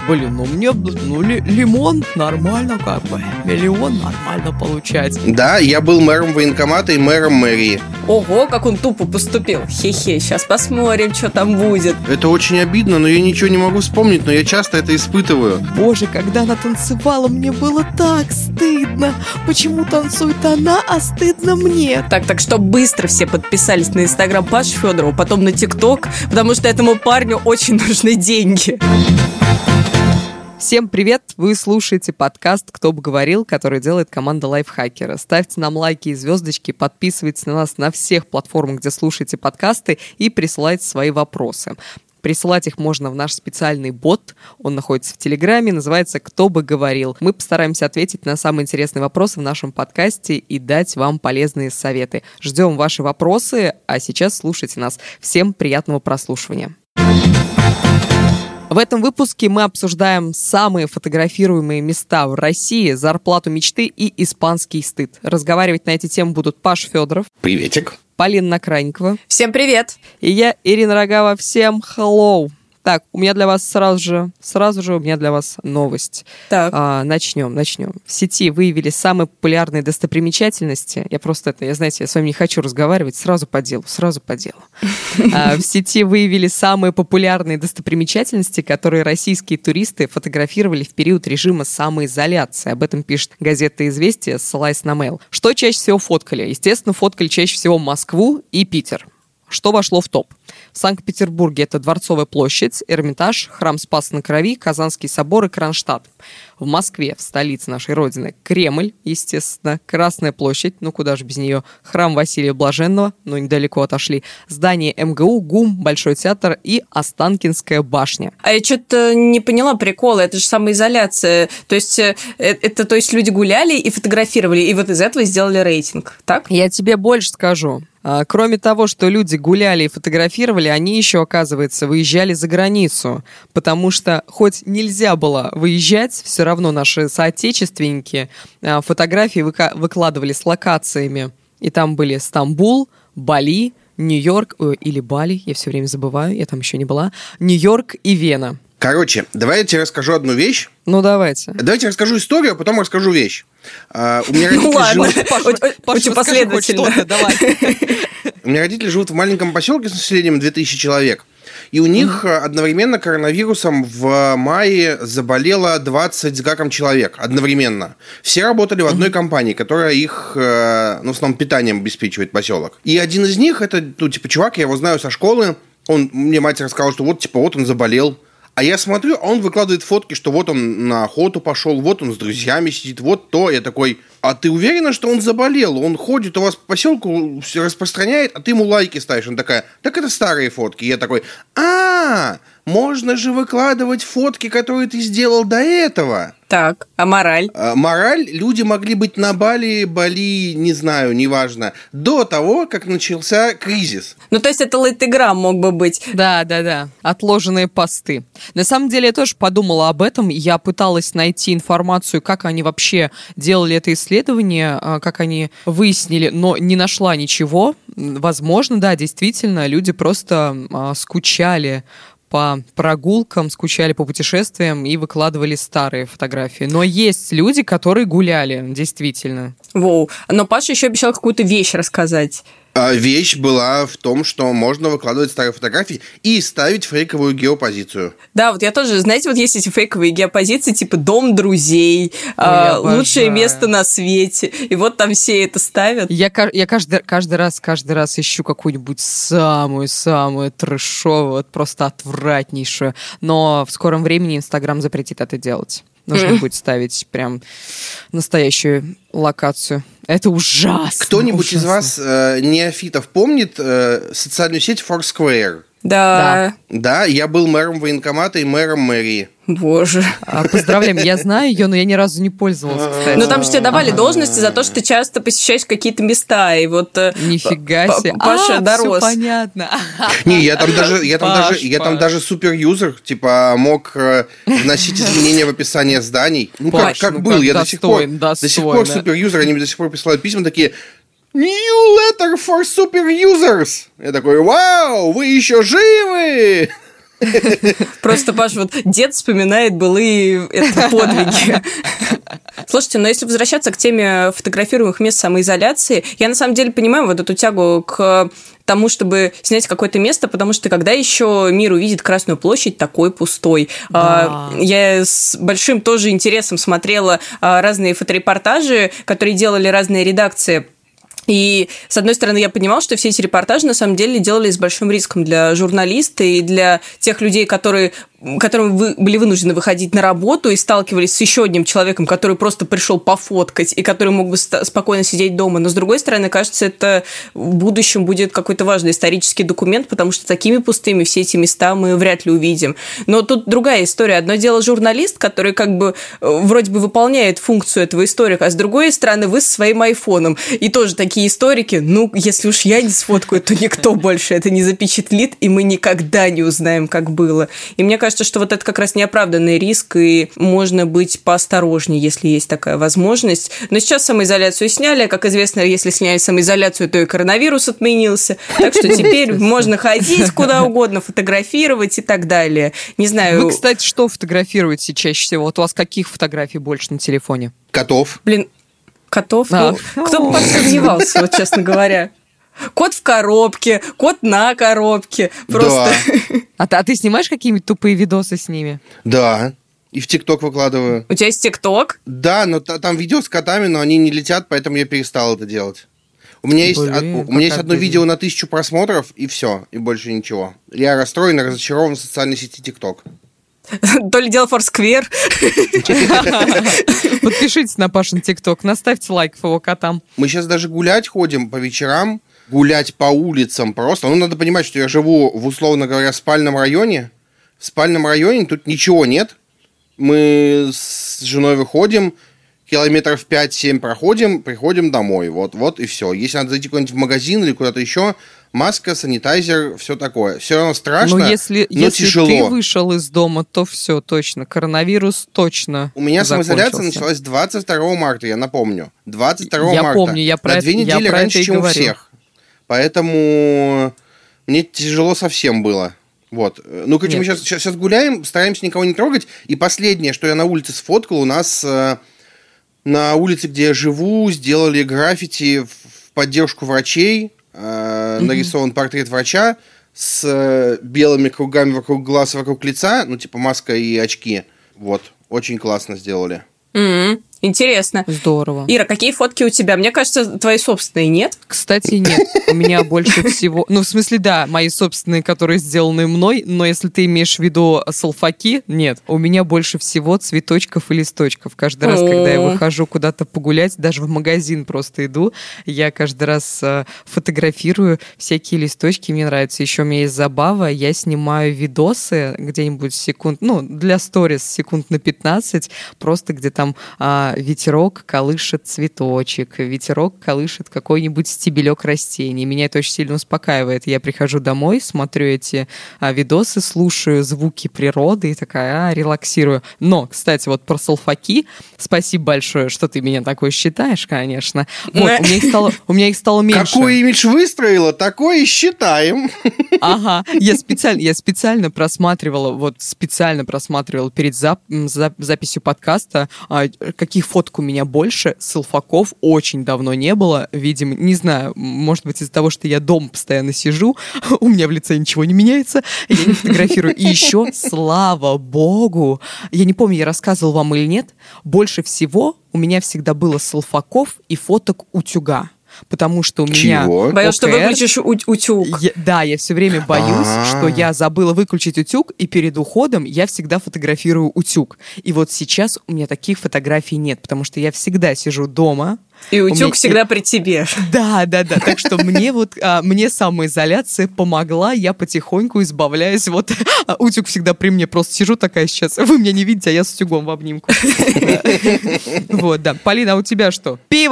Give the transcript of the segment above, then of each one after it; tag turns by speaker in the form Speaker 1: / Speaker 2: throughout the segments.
Speaker 1: Блин, мне лимон нормально как бы, миллион нормально получается.
Speaker 2: Да, я был мэром военкомата и мэром мэрии.
Speaker 3: Ого, как он тупо поступил. Хе-хе, сейчас посмотрим, что там будет.
Speaker 2: Это очень обидно, но я ничего не могу вспомнить, но я часто это испытываю.
Speaker 1: Боже, когда она танцевала, мне было так стыдно. Почему танцует она, а стыдно мне?
Speaker 3: Так что быстро все подписались на инстаграм Паши Федорова, потом на ТикТок, потому что этому парню очень нужны деньги.
Speaker 1: Всем привет! Вы слушаете подкаст «Кто бы говорил», который делает команда Лайфхакера. Ставьте нам лайки и звездочки, подписывайтесь на нас на всех платформах, где слушаете подкасты, и присылайте свои вопросы. Присылать их можно в наш специальный бот. Он находится в Телеграме, называется «Кто бы говорил». Мы постараемся ответить на самые интересные вопросы в нашем подкасте и дать вам полезные советы. Ждем ваши вопросы, а сейчас слушайте нас. Всем приятного прослушивания. В этом выпуске мы обсуждаем самые фотографируемые места в России, зарплату мечты и испанский стыд. Разговаривать на эти темы будут Паша Федоров.
Speaker 2: Приветик.
Speaker 1: Полина Накранникова.
Speaker 3: Всем привет.
Speaker 1: И я, Ирина Рогава. Всем hello. Так, у меня для вас сразу же у меня для вас новость.
Speaker 3: Так.
Speaker 1: Начнем. В сети выявили самые популярные достопримечательности. Я с вами не хочу разговаривать, сразу по делу. В сети выявили самые популярные достопримечательности, которые российские туристы фотографировали в период режима самоизоляции. Об этом пишет газета «Известия», ссылаясь на Mail. Что чаще всего фоткали? Естественно, фоткали чаще всего Москву и Питер. Что вошло в топ? В Санкт-Петербурге это Дворцовая площадь, Эрмитаж, Храм Спаса на Крови, Казанский собор и Кронштадт. В Москве, в столице нашей родины, Кремль, естественно, Красная площадь, куда же без нее, Храм Василия Блаженного, недалеко отошли, здание МГУ, ГУМ, Большой театр и Останкинская башня.
Speaker 3: А я что-то не поняла прикола, это же самоизоляция. То есть люди гуляли и фотографировали, и вот из этого сделали рейтинг, так?
Speaker 1: Я тебе больше скажу. Кроме того, что люди гуляли и фотографировали, они еще, оказывается, выезжали за границу, потому что хоть нельзя было выезжать, все равно наши соотечественники фотографии выкладывали с локациями. И там были Стамбул, Бали, Нью-Йорк, или Бали, я все время забываю, я там еще не была, Нью-Йорк и Вена.
Speaker 2: Короче, давай я тебе расскажу одну вещь.
Speaker 1: Давайте.
Speaker 2: Давайте расскажу историю, а потом расскажу вещь. У меня
Speaker 3: очень последовательно.
Speaker 2: У меня родители живут в маленьком поселке с населением 2000 человек. И у них одновременно коронавирусом в мае заболело 20 с гаком человек. Одновременно. Все работали в одной компании, которая их, в основном, питанием обеспечивает поселок. И один из них, это, чувак, я его знаю со школы. Мне мать рассказала, что вот он заболел. А я смотрю, а он выкладывает фотки, что вот он на охоту пошел, вот он с друзьями сидит, вот то. Я такой, а ты уверена, что он заболел? Он ходит у вас по поселку, все распространяет, а ты ему лайки ставишь. Он такая, так это старые фотки. Я такой, можно же выкладывать фотки, которые ты сделал до этого.
Speaker 3: Так, а мораль?
Speaker 2: Мораль, люди могли быть на Бали, не знаю, неважно, до того, как начался кризис.
Speaker 3: То есть это лайтеграм мог бы быть.
Speaker 1: Да. Отложенные посты. На самом деле я тоже подумала об этом. Я пыталась найти информацию, как они вообще делали это исследование, как они выяснили, но не нашла ничего. Возможно, да, действительно, люди просто скучали по прогулкам, скучали по путешествиям и выкладывали старые фотографии. Но есть люди, которые гуляли, действительно.
Speaker 3: Воу. Но Паша еще обещал какую-то вещь рассказать.
Speaker 2: Вещь была в том, что можно выкладывать старые фотографии и ставить фейковую геопозицию.
Speaker 3: Да, я тоже, знаете, есть эти фейковые геопозиции, типа дом друзей, лучшее место на свете, и там все это ставят.
Speaker 1: Я каждый раз ищу какую-нибудь самую трэшовую, просто отвратнейшую, но в скором времени Инстаграм запретит это делать. Нужно будет ставить прям настоящую локацию. Это ужасно.
Speaker 2: Кто-нибудь из вас, неофитов, помнит социальную сеть Foursquare?
Speaker 3: Да.
Speaker 2: Да, я был мэром военкомата и мэром мэрии.
Speaker 3: Боже.
Speaker 1: Поздравляем, я знаю ее, но я ни разу не пользовалась, кстати.
Speaker 3: Но там же тебе давали должности за то, что ты часто посещаешь какие-то места, и
Speaker 1: Нифига себе.
Speaker 3: Паша дорос.
Speaker 1: Все понятно.
Speaker 2: Не, я там даже суперюзер, мог вносить изменения в описание зданий. Как был, я до сих пор суперюзер, они мне до сих пор присылают письма такие: New letter for super users. Я такой, вау, вы еще живы!
Speaker 3: Просто, Паш, вот дед вспоминает былые подвиги. Слушайте, но если возвращаться к теме фотографируемых мест самоизоляции, я на самом деле понимаю вот эту тягу к тому, чтобы снять какое-то место, потому что когда еще мир увидит Красную площадь такой пустой? Да. Я с большим тоже интересом смотрела разные фоторепортажи, которые делали разные редакции. И, с одной стороны, я понимала, что все эти репортажи, на самом деле, делали с большим риском для журналиста и для тех людей, которым были вынуждены выходить на работу и сталкивались с еще одним человеком, который просто пришел пофоткать и который мог бы спокойно сидеть дома. Но, с другой стороны, кажется, это в будущем будет какой-то важный исторический документ, потому что такими пустыми все эти места мы вряд ли увидим. Но тут другая история. Одно дело журналист, который как бы вроде бы выполняет функцию этого историка, а с другой стороны вы со своим айфоном. И тоже такие историки, если уж я не сфоткаю, то никто больше это не запечатлит, и мы никогда не узнаем, как было. И мне кажется, что вот это как раз неоправданный риск, и можно быть поосторожнее, если есть такая возможность. Но сейчас самоизоляцию сняли. Как известно, если сняли самоизоляцию, то и коронавирус отменился. Так что теперь можно ходить куда угодно, фотографировать и так далее. Не знаю.
Speaker 1: Вы, кстати, что фотографируете чаще всего? Вот у вас каких фотографий больше на телефоне?
Speaker 2: Котов.
Speaker 3: Котов? Кто бы подсомневался, вот честно говоря. Кот в коробке, кот на коробке. Просто.
Speaker 2: Да.
Speaker 1: А ты снимаешь какие-нибудь тупые видосы с ними?
Speaker 2: Да. И в ТикТок выкладываю.
Speaker 3: У тебя есть ТикТок?
Speaker 2: Да, но там видео с котами, но они не летят, поэтому я перестал это делать. У меня есть одно видео на 1000 просмотров, и все, и больше ничего. Я расстроен и разочарован в социальной сети ТикТок.
Speaker 3: То ли дело Форсквер.
Speaker 1: Подпишитесь на Пашин ТикТок, наставьте лайк его котам.
Speaker 2: Мы сейчас даже гулять ходим по вечерам, гулять по улицам просто. Надо понимать, что я живу в, условно говоря, спальном районе. В спальном районе тут ничего нет. Мы с женой выходим, километров 5-7 проходим, приходим домой. Вот и все. Если надо зайти куда-нибудь в магазин или куда-то еще, маска, санитайзер, все такое. Все равно страшно, но
Speaker 1: если
Speaker 2: тяжело.
Speaker 1: Ты вышел из дома, то все, точно. Коронавирус точно
Speaker 2: У меня самоизоляция началась 22 марта, я напомню. 22 марта.
Speaker 1: Я помню, я про
Speaker 2: на 2 недели раньше, чем у всех. Поэтому мне тяжело совсем было. Вот. Мы сейчас гуляем, стараемся никого не трогать. И последнее, что я на улице сфоткал, у нас на улице, где я живу, сделали граффити в поддержку врачей. Нарисован портрет врача с белыми кругами вокруг глаз, вокруг лица, маска и очки. Вот. Очень классно сделали.
Speaker 3: Интересно.
Speaker 1: Здорово.
Speaker 3: Ира, какие фотки у тебя? Мне кажется, твои собственные нет?
Speaker 1: Кстати, нет. У меня больше всего... в смысле, да, мои собственные, которые сделаны мной, но если ты имеешь в виду салфаки, нет. У меня больше всего цветочков и листочков. Каждый раз, когда я выхожу куда-то погулять, даже в магазин просто иду, я каждый раз фотографирую всякие листочки, мне нравится. Еще у меня есть забава, я снимаю видосы где-нибудь секунд, для сторис секунд на 15, просто где там ветерок колышет цветочек, ветерок колышет какой-нибудь стебелек растений. Меня это очень сильно успокаивает. Я прихожу домой, смотрю эти видосы, слушаю звуки природы и такая, релаксирую. Но, кстати, вот про салфаки, спасибо большое, что ты меня такой считаешь, конечно. Вот, у меня их стало меньше.
Speaker 2: Какой имидж выстроила, такой и считаем.
Speaker 1: Ага, я специально просматривала перед записью подкаста, каких фоток у меня больше. Салфаков очень давно не было. Видимо, не знаю, может быть, из-за того, что я дома постоянно сижу, у меня в лице ничего не меняется, я не фотографирую. И еще, слава богу, я не помню, я рассказывала вам или нет, больше всего у меня всегда было салфаков и фоток утюга. Потому что у меня...
Speaker 3: Боюсь, что выключишь утюг.
Speaker 1: Я все время боюсь, что я забыла выключить утюг, и перед уходом я всегда фотографирую утюг. И вот сейчас у меня таких фотографий нет, потому что я всегда сижу дома.
Speaker 3: И утюг всегда при тебе.
Speaker 1: Да. Так что мне самоизоляция помогла, я потихоньку избавляюсь. Вот утюг всегда при мне, просто сижу такая сейчас. Вы меня не видите, а я с утюгом в обнимку. Вот, да. Полина, а у тебя что? Пиво!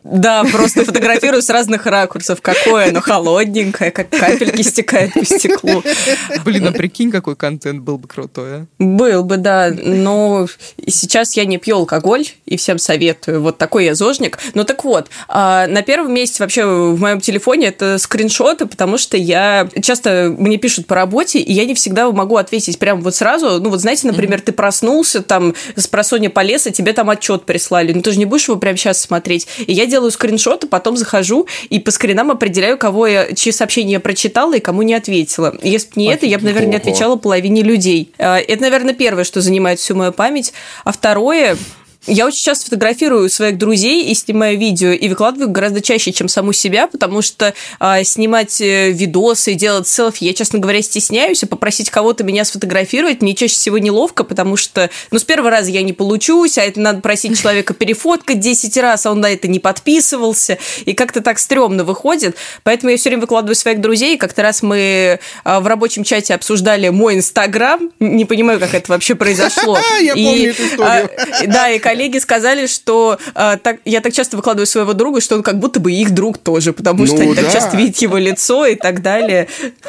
Speaker 3: Да, просто фотографирую с разных ракурсов. Какое оно холодненькое, как капельки стекают по стеклу.
Speaker 1: Блин, а прикинь, какой контент был бы крутой, а?
Speaker 3: Был бы, да, но сейчас я не пью алкоголь, и всем советую. Вот такой я зожник. Ну так вот, на первом месте вообще в моем телефоне это скриншоты, потому что часто мне пишут по работе, и я не всегда могу ответить прямо вот сразу. Ну вот знаете, например, ты проснулся, там, с просонья полез, и тебе там отчет прислали. Ну ты же не будешь его прямо сейчас смотреть. И я делаю скриншоты, потом захожу и по скринам определяю, чьи сообщения я прочитала и кому не ответила. Если бы не это, я бы, наверное, не отвечала половине людей. Это, наверное, первое, что занимает всю мою память. А второе... Я очень часто фотографирую своих друзей и снимаю видео, и выкладываю гораздо чаще, чем саму себя, потому что снимать видосы, делать селфи, я, честно говоря, стесняюсь, а попросить кого-то меня сфотографировать мне чаще всего неловко, потому что, с первого раза я не получусь, а это надо просить человека перефоткать 10 раз, а он на это не подписывался, и как-то так стрёмно выходит, поэтому я все время выкладываю своих друзей, и как-то раз мы в рабочем чате обсуждали мой Инстаграм, не понимаю, как это вообще произошло.
Speaker 2: Я помню эту историю.
Speaker 3: Да, и коллеги сказали, что я так часто выкладываю своего друга, что он как будто бы их друг тоже, потому что они так часто видят его лицо и так далее.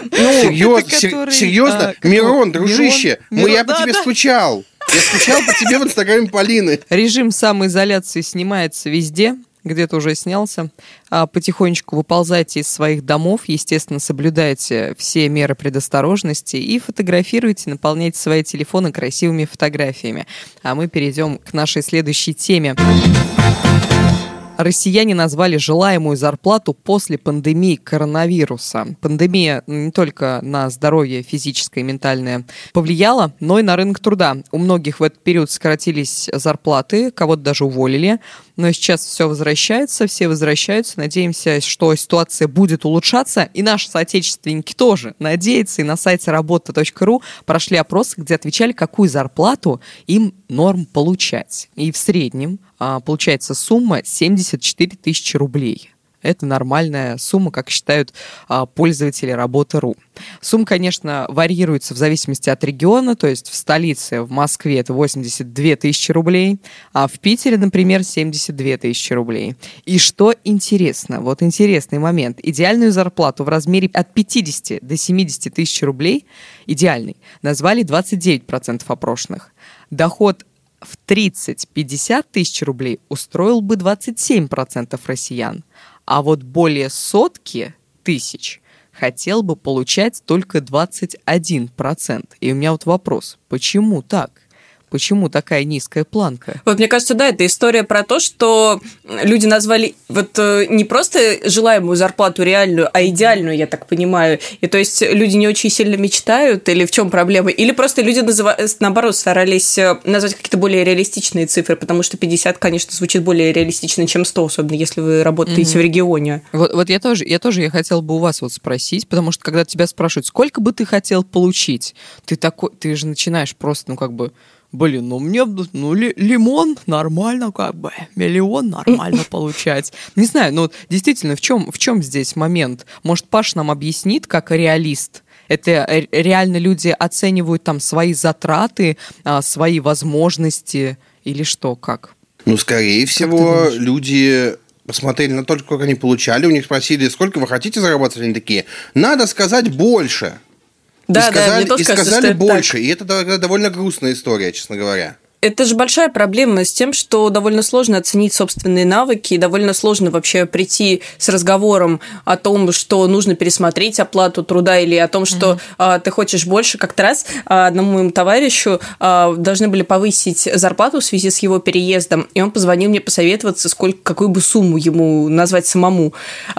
Speaker 2: Серьезно? Мирон, дружище, я по тебе скучал. Я скучал по тебе в Инстаграме Полины.
Speaker 1: Режим самоизоляции снимается везде, где-то уже снялся. Потихонечку выползайте из своих домов, естественно, соблюдайте все меры предосторожности и фотографируйте, наполняйте свои телефоны красивыми фотографиями. А мы перейдем к нашей следующей теме. Россияне назвали желаемую зарплату после пандемии коронавируса. Пандемия не только на здоровье физическое и ментальное повлияла, но и на рынок труда. У многих в этот период сократились зарплаты, кого-то даже уволили. Но сейчас все возвращается, все возвращаются. Надеемся, что ситуация будет улучшаться. И наши соотечественники тоже надеются. И на сайте работа.ру прошли опросы, где отвечали, какую зарплату им норм получать. И в среднем получается сумма 74 тысячи рублей. Это нормальная сумма, как считают пользователи Работа.ру. Сумма, конечно, варьируется в зависимости от региона, то есть в столице, в Москве это 82 тысячи рублей, а в Питере, например, 72 тысячи рублей. И что интересно, вот интересный момент, идеальную зарплату в размере от 50 до 70 тысяч рублей, идеальный, назвали 29% опрошенных. Доход в 30-50 тысяч рублей устроил бы 27% россиян. А вот более 100 тысяч хотел бы получать только 21%. И у меня вот вопрос, почему так? Почему такая низкая планка?
Speaker 3: Вот мне кажется, да, это история про то, что люди назвали вот не просто желаемую зарплату реальную, а идеальную, я так понимаю. И то есть люди не очень сильно мечтают, или в чем проблема? Или просто люди, наоборот, старались назвать какие-то более реалистичные цифры, потому что 50, конечно, звучит более реалистично, чем 100, особенно если вы работаете в регионе.
Speaker 1: Вот я хотела бы у вас вот спросить, потому что когда тебя спрашивают, сколько бы ты хотел получить, ты же начинаешь просто, блин, мне лимон нормально, миллион нормально получать. Не знаю, действительно, в чем здесь момент? Может, Паш нам объяснит, как реалист? Это реально люди оценивают там свои затраты, свои возможности или что, как?
Speaker 2: Скорее всего, люди посмотрели на то, сколько они получали, у них спросили, сколько вы хотите зарабатывать, они такие, надо сказать больше. И сказали больше. И это довольно грустная история, честно говоря.
Speaker 3: Это же большая проблема с тем, что довольно сложно оценить собственные навыки, и довольно сложно вообще прийти с разговором о том, что нужно пересмотреть оплату труда, или о том, что ты хочешь больше. Как-то раз одному моему товарищу должны были повысить зарплату в связи с его переездом, и он позвонил мне посоветоваться, какую бы сумму ему назвать самому.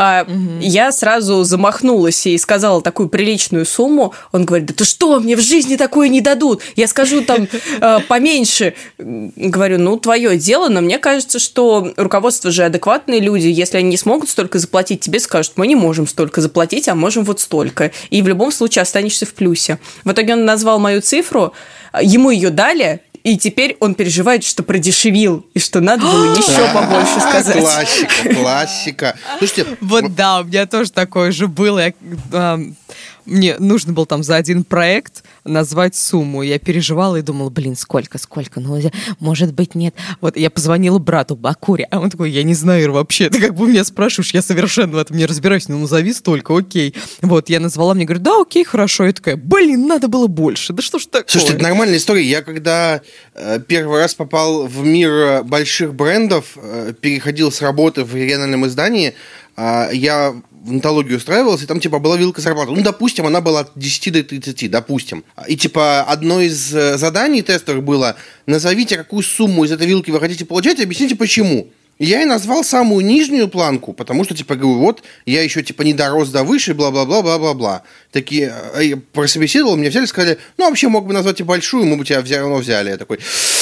Speaker 3: Я сразу замахнулась и сказала такую приличную сумму. Он говорит, да ты что, мне в жизни такое не дадут. Я скажу там поменьше. Говорю, твое дело, но мне кажется, что руководство же адекватные люди, если они не смогут столько заплатить, тебе скажут, мы не можем столько заплатить, а можем вот столько. И в любом случае останешься в плюсе. В итоге он назвал мою цифру, ему ее дали, и теперь он переживает, что продешевил, и что надо было еще побольше сказать.
Speaker 2: Классика. Слушайте,
Speaker 1: вот да, у меня тоже такое же было. мне нужно было там за один проект назвать сумму. Я переживала и думала, сколько? Ну, может быть, нет. Вот я позвонила брату Бакуре, а он такой, я не знаю, Ир, вообще. Ты как бы меня спрашиваешь, я совершенно в этом не разбираюсь. Ну, назови столько, окей. Вот, я назвала, мне говорят, да, окей, хорошо. Я такая, надо было больше. Да что ж такое?
Speaker 2: Слушайте, это нормальная история. Я когда первый раз попал в мир больших брендов, переходил с работы в региональном издании, я в антологию устраивался, и там, была вилка зарплаты. Ну, допустим, она была от 10 до 30, допустим. И, одно из заданий тестовых было, назовите, какую сумму из этой вилки вы хотите получать, и объясните, почему. Я и назвал самую нижнюю планку, потому что, говорю, вот, я еще, не дорос до выше, бла-бла-бла-бла-бла-бла. Такие, прособеседовал, меня взяли, сказали, ну, вообще, мог бы назвать и большую, мы бы тебя все равно взяли. Я такой...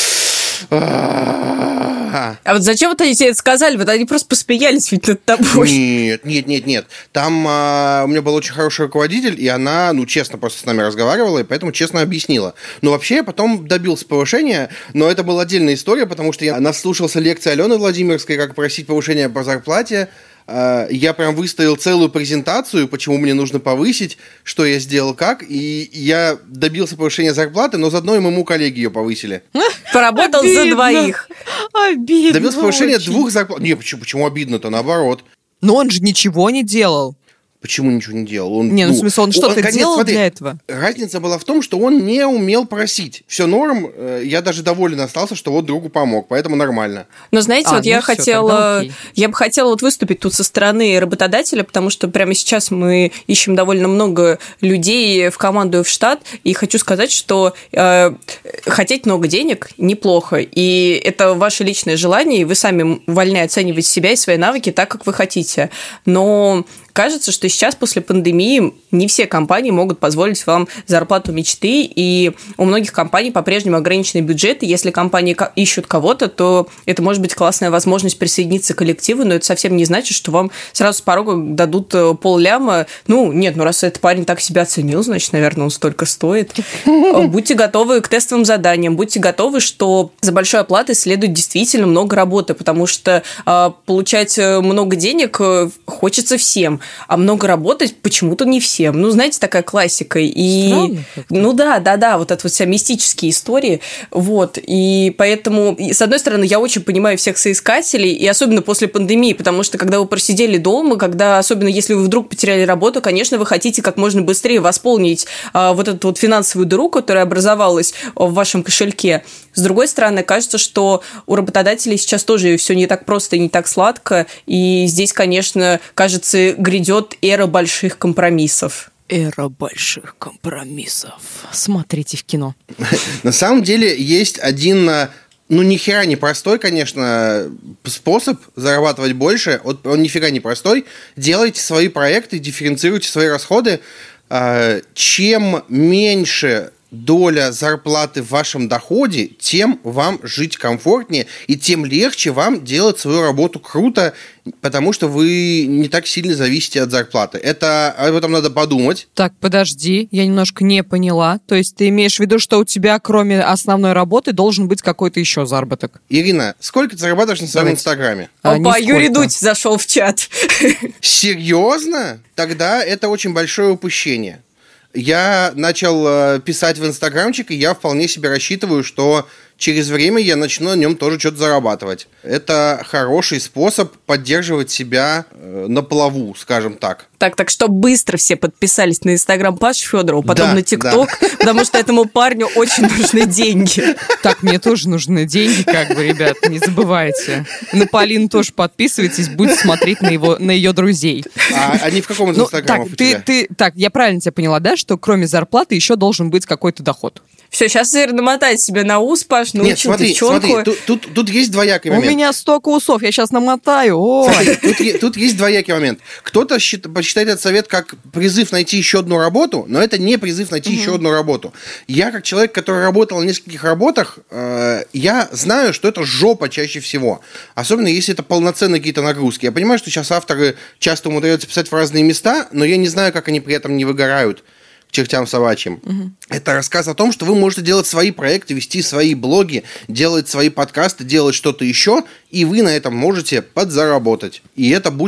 Speaker 3: А вот зачем вот они тебе это сказали? Вот они просто посмеялись ведь над тобой.
Speaker 2: Нет. Там у меня был очень хороший руководитель, и она, честно просто с нами разговаривала, и поэтому честно объяснила. Но вообще я потом добился повышения, но это была отдельная история, потому что я наслушался лекции Алены Владимирской, как просить повышения по зарплате. Я прям выставил целую презентацию, почему мне нужно повысить, что я сделал, как, и я добился повышения зарплаты, но заодно и моему коллеге ее повысили.
Speaker 3: Поработал за двоих.
Speaker 1: Обидно.
Speaker 2: Добился повышения 2 зарплат. Не, почему обидно-то, наоборот.
Speaker 1: Но он же ничего не делал.
Speaker 2: Почему ничего не делал? Он,
Speaker 1: в смысле, он что-то делал для этого?
Speaker 2: Разница была в том, что он не умел просить. Все норм, я даже доволен остался, что вот другу помог, поэтому нормально.
Speaker 3: Но знаете, я бы хотела выступить тут со стороны работодателя, потому что прямо сейчас мы ищем довольно много людей в команду и в штат, и хочу сказать, что хотеть много денег неплохо, и это ваше личное желание, и вы сами вольны оценивать себя и свои навыки так, как вы хотите. Но кажется, что сейчас после пандемии не все компании могут позволить вам зарплату мечты, и у многих компаний по-прежнему ограниченный бюджет, и если компании ищут кого-то, то это может быть классная возможность присоединиться к коллективу, но это совсем не значит, что вам сразу с порога дадут полляма. Раз этот парень так себя оценил, значит, наверное, он столько стоит. Будьте готовы к тестовым заданиям, будьте готовы, что за большой оплатой следует действительно много работы, потому что получать много денег хочется всем, а много работать почему-то не всем. Знаете, такая классика. И, да, вот это вся мистические истории. Вот. И поэтому, с одной стороны, я очень понимаю всех соискателей, и особенно после пандемии, потому что, когда вы просидели дома, особенно если вы вдруг потеряли работу, конечно, вы хотите как можно быстрее восполнить вот эту финансовую дыру, которая образовалась в вашем кошельке. С другой стороны, кажется, что у работодателей сейчас тоже все не так просто и не так сладко, и здесь, конечно, кажется, грядет эра больших компромиссов.
Speaker 1: Эра больших компромиссов. Смотрите в кино.
Speaker 2: На самом деле есть один, нихера не простой, конечно, способ зарабатывать больше. Он нифига не простой. Делайте свои проекты, дифференцируйте свои расходы. Чем меньше доля зарплаты в вашем доходе, тем вам жить комфортнее, и тем легче вам делать свою работу круто, потому что вы не так сильно зависите от зарплаты. Об этом надо подумать.
Speaker 1: Так, подожди, я немножко не поняла. То есть ты имеешь в виду, что у тебя, кроме основной работы, должен быть какой-то еще заработок?
Speaker 2: Ирина, сколько ты зарабатываешь на своем Инстаграме?
Speaker 3: Опа, Юрий Дудь зашел в чат.
Speaker 2: Серьезно? Тогда это очень большое упущение. Я начал писать в Инстаграмчик, и я вполне себе рассчитываю, что через время я начну на нем тоже что-то зарабатывать. Это хороший способ поддерживать себя на плаву, скажем так.
Speaker 3: Так, чтобы быстро все подписались на Инстаграм Паши Федорова, потом на ТикТок, потому что этому парню очень нужны деньги.
Speaker 1: Так, мне тоже нужны деньги, ребят, не забывайте. На Полину тоже подписывайтесь, будете смотреть на ее друзей.
Speaker 2: А не в каком из Инстаграмов у тебя?
Speaker 1: Так, я правильно тебя поняла, да, что кроме зарплаты еще должен быть какой-то доход?
Speaker 3: Все, сейчас, наверное, намотать себе на ус, Паш, научил девчонку.
Speaker 2: Смотри, тут есть двоякий момент.
Speaker 1: У меня столько усов, я сейчас намотаю.
Speaker 2: Тут есть двоякий момент. Кто-то посчитает этот совет как призыв найти еще одну работу, но это не призыв найти еще одну работу. Я, как человек, который работал в нескольких работах, я знаю, что это жопа чаще всего. Особенно, если это полноценные какие-то нагрузки. Я понимаю, что сейчас авторы часто умудряются писать в разные места, но я не знаю, как они при этом не выгорают к чертям собачьим. Это рассказ о том, что вы можете делать свои проекты, вести свои блоги, делать свои подкасты, делать что-то еще, и вы на этом можете подзаработать. И это будет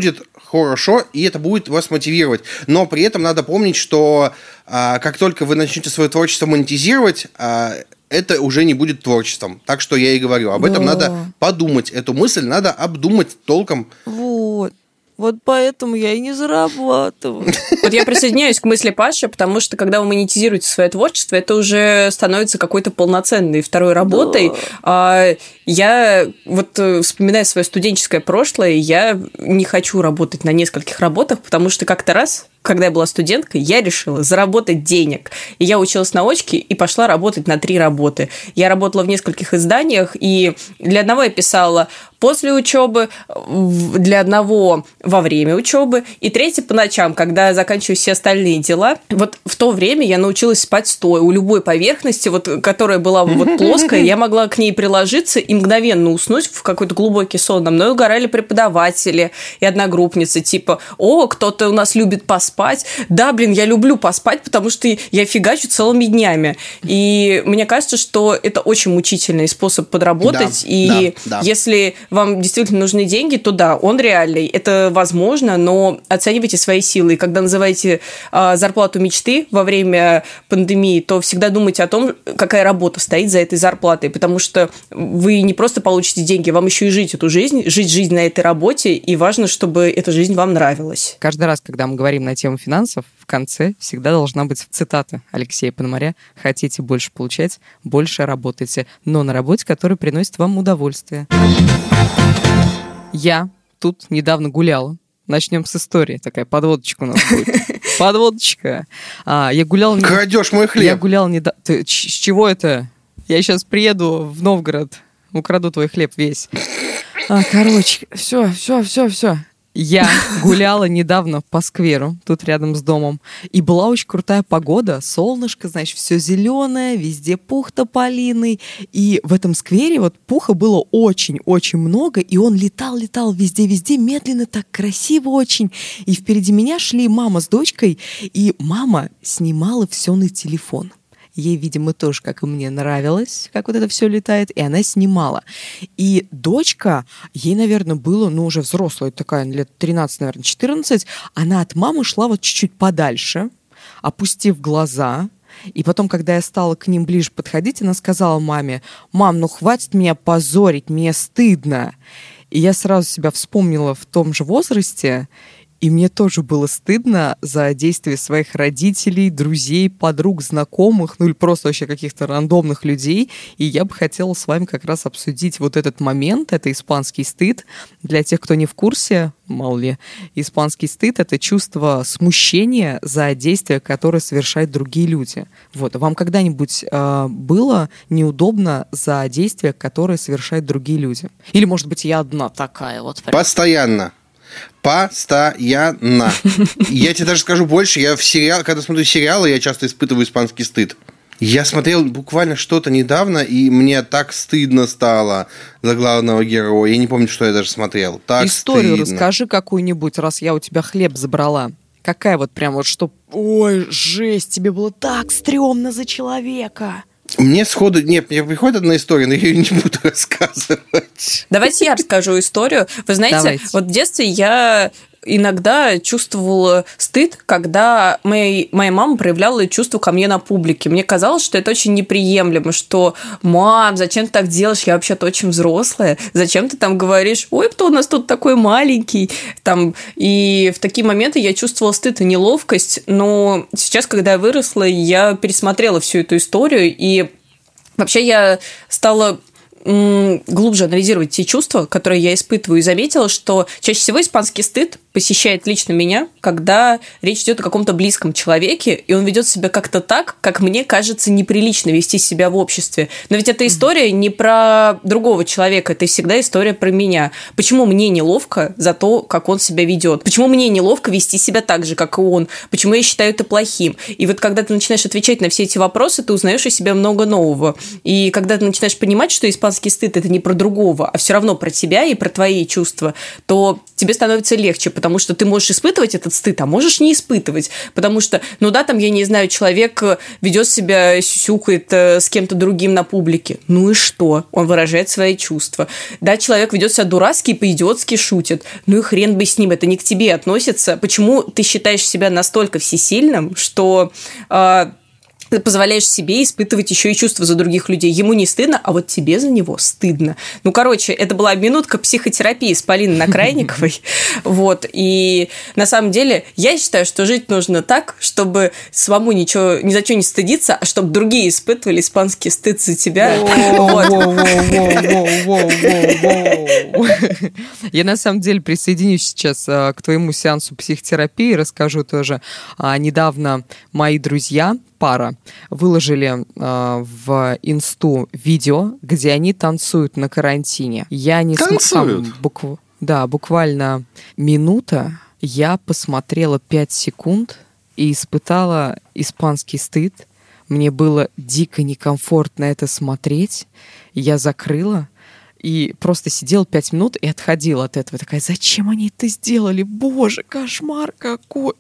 Speaker 2: хорошо, и это будет вас мотивировать. Но при этом надо помнить, что как только вы начнете свое творчество монетизировать, это уже не будет творчеством. Так что я и говорю, об этом надо подумать. Эту мысль надо обдумать толком.
Speaker 1: Вот поэтому я и не зарабатываю.
Speaker 3: Вот я присоединяюсь к мысли Паши, потому что когда вы монетизируете свое творчество, это уже становится какой-то полноценной второй работой. Да. Я вот вспоминая свое студенческое прошлое, я не хочу работать на нескольких работах, потому что как-то раз, когда я была студенткой, я решила заработать денег. И я училась на очке и пошла работать на 3 работы. Я работала в нескольких изданиях, и для одного я писала после учебы, для одного во время учебы, и 3 по ночам, когда заканчиваю все остальные дела. Вот в то время я научилась спать стоя. У любой поверхности, вот, которая была вот плоская, я могла к ней приложиться и мгновенно уснуть в какой-то глубокий сон. На мной угорали преподаватели и одногруппницы, типа, кто-то у нас любит поспать. Да, я люблю поспать, потому что я фигачу целыми днями. И мне кажется, что это очень мучительный способ подработать. Да. Если вам действительно нужны деньги, то да, он реальный. Это возможно, но оценивайте свои силы. И когда называете зарплату мечты во время пандемии, то всегда думайте о том, какая работа стоит за этой зарплатой, потому что вы не просто получите деньги, вам еще и жить эту жизнь, жить жизнь на этой работе, и важно, чтобы эта жизнь вам нравилась.
Speaker 1: Каждый раз, когда мы говорим на тему финансов, в конце всегда должна быть цитата Алексея Пономаря: «Хотите больше получать, больше работайте, но на работе, которая приносит вам удовольствие». Я тут недавно гуляла. Начнем с истории. Такая подводочка у нас будет. Подводочка. Я гулял...
Speaker 2: Крадешь мой хлеб.
Speaker 1: Я гулял недавно... С чего это? Я сейчас приеду в Новгород, украду твой хлеб весь. Короче, все. Я гуляла недавно по скверу, тут рядом с домом, и была очень крутая погода, солнышко, значит, все зеленое, везде пух тополиный, и в этом сквере вот пуха было очень-очень много, и он летал везде, медленно, так красиво очень, и впереди меня шли мама с дочкой, и мама снимала все на телефон. Ей, видимо, тоже, как и мне, нравилось, как вот это все летает, и она снимала. И дочка, ей, наверное, было, уже взрослая, такая, лет 13, наверное, 14, она от мамы шла вот чуть-чуть подальше, опустив глаза. И потом, когда я стала к ним ближе подходить, она сказала маме: «Мам, хватит меня позорить, мне стыдно». И я сразу себя вспомнила в том же возрасте, и мне тоже было стыдно за действия своих родителей, друзей, подруг, знакомых, или просто вообще каких-то рандомных людей. И я бы хотела с вами как раз обсудить вот этот момент, это испанский стыд. Для тех, кто не в курсе, мало ли, испанский стыд — это чувство смущения за действия, которые совершают другие люди. Вот. Вам когда-нибудь было неудобно за действия, которые совершают другие люди? Или, может быть, я одна такая вот?
Speaker 2: Постоянно. Постоянно. Я тебе даже скажу больше, когда смотрю сериалы, я часто испытываю испанский стыд. Я смотрел буквально что-то недавно, и мне так стыдно стало за главного героя. Я не помню, что я даже смотрел. Так
Speaker 1: историю
Speaker 2: стыдно.
Speaker 1: Расскажи какую-нибудь, раз я у тебя хлеб забрала. Какая вот прям вот что... Ой, жесть, тебе было так стрёмно за человека.
Speaker 2: Мне сходу... Нет, мне приходит одна история, но я ее не буду рассказывать.
Speaker 3: Давайте я расскажу историю. Вы знаете, вот в детстве я иногда чувствовала стыд, когда моя мама проявляла чувство ко мне на публике. Мне казалось, что это очень неприемлемо, что «Мам, зачем ты так делаешь? Я вообще-то очень взрослая. Зачем ты там говоришь? Ой, кто у нас тут такой маленький?» И в такие моменты я чувствовала стыд и неловкость, но сейчас, когда я выросла, я пересмотрела всю эту историю, и вообще я стала глубже анализировать те чувства, которые я испытываю, и заметила, что чаще всего испанский стыд посещает лично меня, когда речь идет о каком-то близком человеке, и он ведет себя как-то так, как мне кажется неприлично вести себя в обществе. Но ведь эта история не про другого человека, это всегда история про меня. Почему мне неловко за то, как он себя ведет? Почему мне неловко вести себя так же, как и он? Почему я считаю это плохим? И вот когда ты начинаешь отвечать на все эти вопросы, ты узнаешь о себе много нового. И когда ты начинаешь понимать, что испанский испанский стыд – это не про другого, а все равно про тебя и про твои чувства, то тебе становится легче, потому что ты можешь испытывать этот стыд, а можешь не испытывать. Потому что, там, я не знаю, человек ведет себя, сюсюкает с кем-то другим на публике. Ну и что? Он выражает свои чувства. Да, человек ведет себя дурацки и по-идиотски шутит. Ну и хрен бы с ним, это не к тебе относится. Почему ты считаешь себя настолько всесильным, что ты позволяешь себе испытывать еще и чувства за других людей? Ему не стыдно, а вот тебе за него стыдно. Это была минутка психотерапии с Полиной Накрайниковой. Вот. И на самом деле я считаю, что жить нужно так, чтобы самому ни за что не стыдиться, а чтобы другие испытывали испанский стыд за тебя.
Speaker 1: Я на самом деле присоединюсь сейчас к твоему сеансу психотерапии, расскажу тоже. Недавно мои друзья, пара, выложили в инсту видео, где они танцуют на карантине. Я не
Speaker 2: танцуют?
Speaker 1: Буквально минута. Я посмотрела 5 секунд и испытала испанский стыд. Мне было дико некомфортно это смотреть. Я закрыла и просто сидела 5 минут и отходила от этого. Такая, зачем они это сделали? Боже, кошмар какой!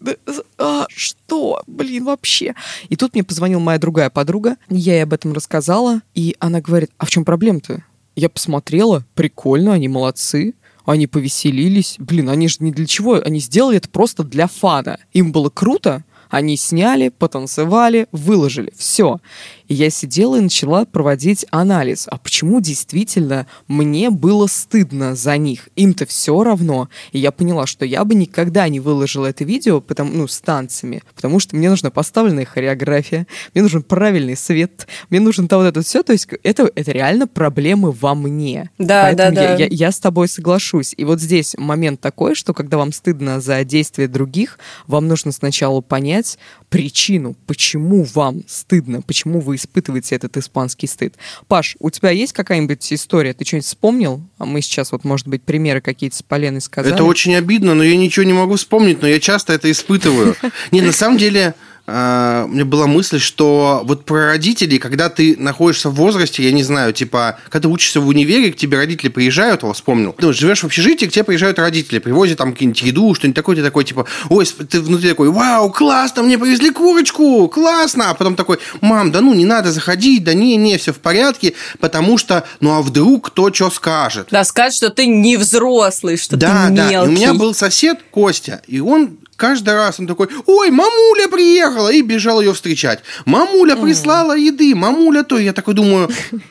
Speaker 1: Что? Вообще. И тут мне позвонила моя другая подруга. Я ей об этом рассказала. И она говорит, а в чем проблема-то? Я посмотрела, прикольно, они молодцы. Они повеселились. Они же не для чего. Они сделали это просто для фана. Им было круто. Они сняли, потанцевали, выложили. Все. И я сидела и начала проводить анализ. А почему действительно мне было стыдно за них? Им-то все равно. И я поняла, что я бы никогда не выложила это видео с танцами, потому что мне нужна поставленная хореография, мне нужен правильный свет, мне нужно это все. То есть это реально проблемы во мне.
Speaker 3: Да,
Speaker 1: поэтому
Speaker 3: да.
Speaker 1: Я с тобой соглашусь. И вот здесь момент такой, что когда вам стыдно за действия других, вам нужно сначала понять причину, почему вам стыдно, почему вы испытываете этот испанский стыд. Паш, у тебя есть какая-нибудь история? Ты что-нибудь вспомнил? А мы сейчас, может быть, примеры какие-то с Поленой сказали.
Speaker 2: Это очень обидно, но я ничего не могу вспомнить, но я часто это испытываю. Не, на самом деле, у меня была мысль, что вот про родителей, когда ты находишься в возрасте, я не знаю, когда ты учишься в универе, к тебе родители приезжают, вспомнил, живешь в общежитии, к тебе приезжают родители, привозят там какую-нибудь еду, что-нибудь такое, ты такой, ой, ты внутри такой, вау, классно, мне привезли курочку, классно, а потом такой, мам, не надо заходить, не, все в порядке, потому что, а вдруг кто что скажет.
Speaker 3: Да, скажет, что ты не взрослый, что ты мелкий. Да,
Speaker 2: и у меня был сосед Костя, и он каждый раз он такой, ой, мамуля приехала, и бежал ее встречать. Мамуля прислала еды, мамуля то. Я такой думаю,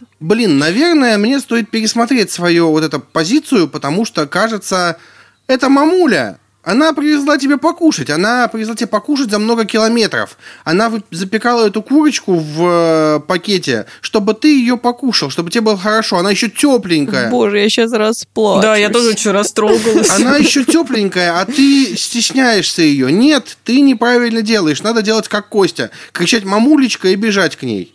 Speaker 2: наверное, мне стоит пересмотреть свою эту позицию, потому что, кажется, это мамуля. Она привезла тебе покушать. Она привезла тебе покушать за много километров. Она запекала эту курочку в пакете, чтобы ты ее покушал, чтобы тебе было хорошо. Она еще тепленькая.
Speaker 1: Боже, я сейчас расплачусь.
Speaker 3: Да, я тоже очень растрогалась.
Speaker 2: Она еще тепленькая, а ты стесняешься ее. Нет, ты неправильно делаешь. Надо делать как Костя. Кричать «мамулечка» и бежать к ней.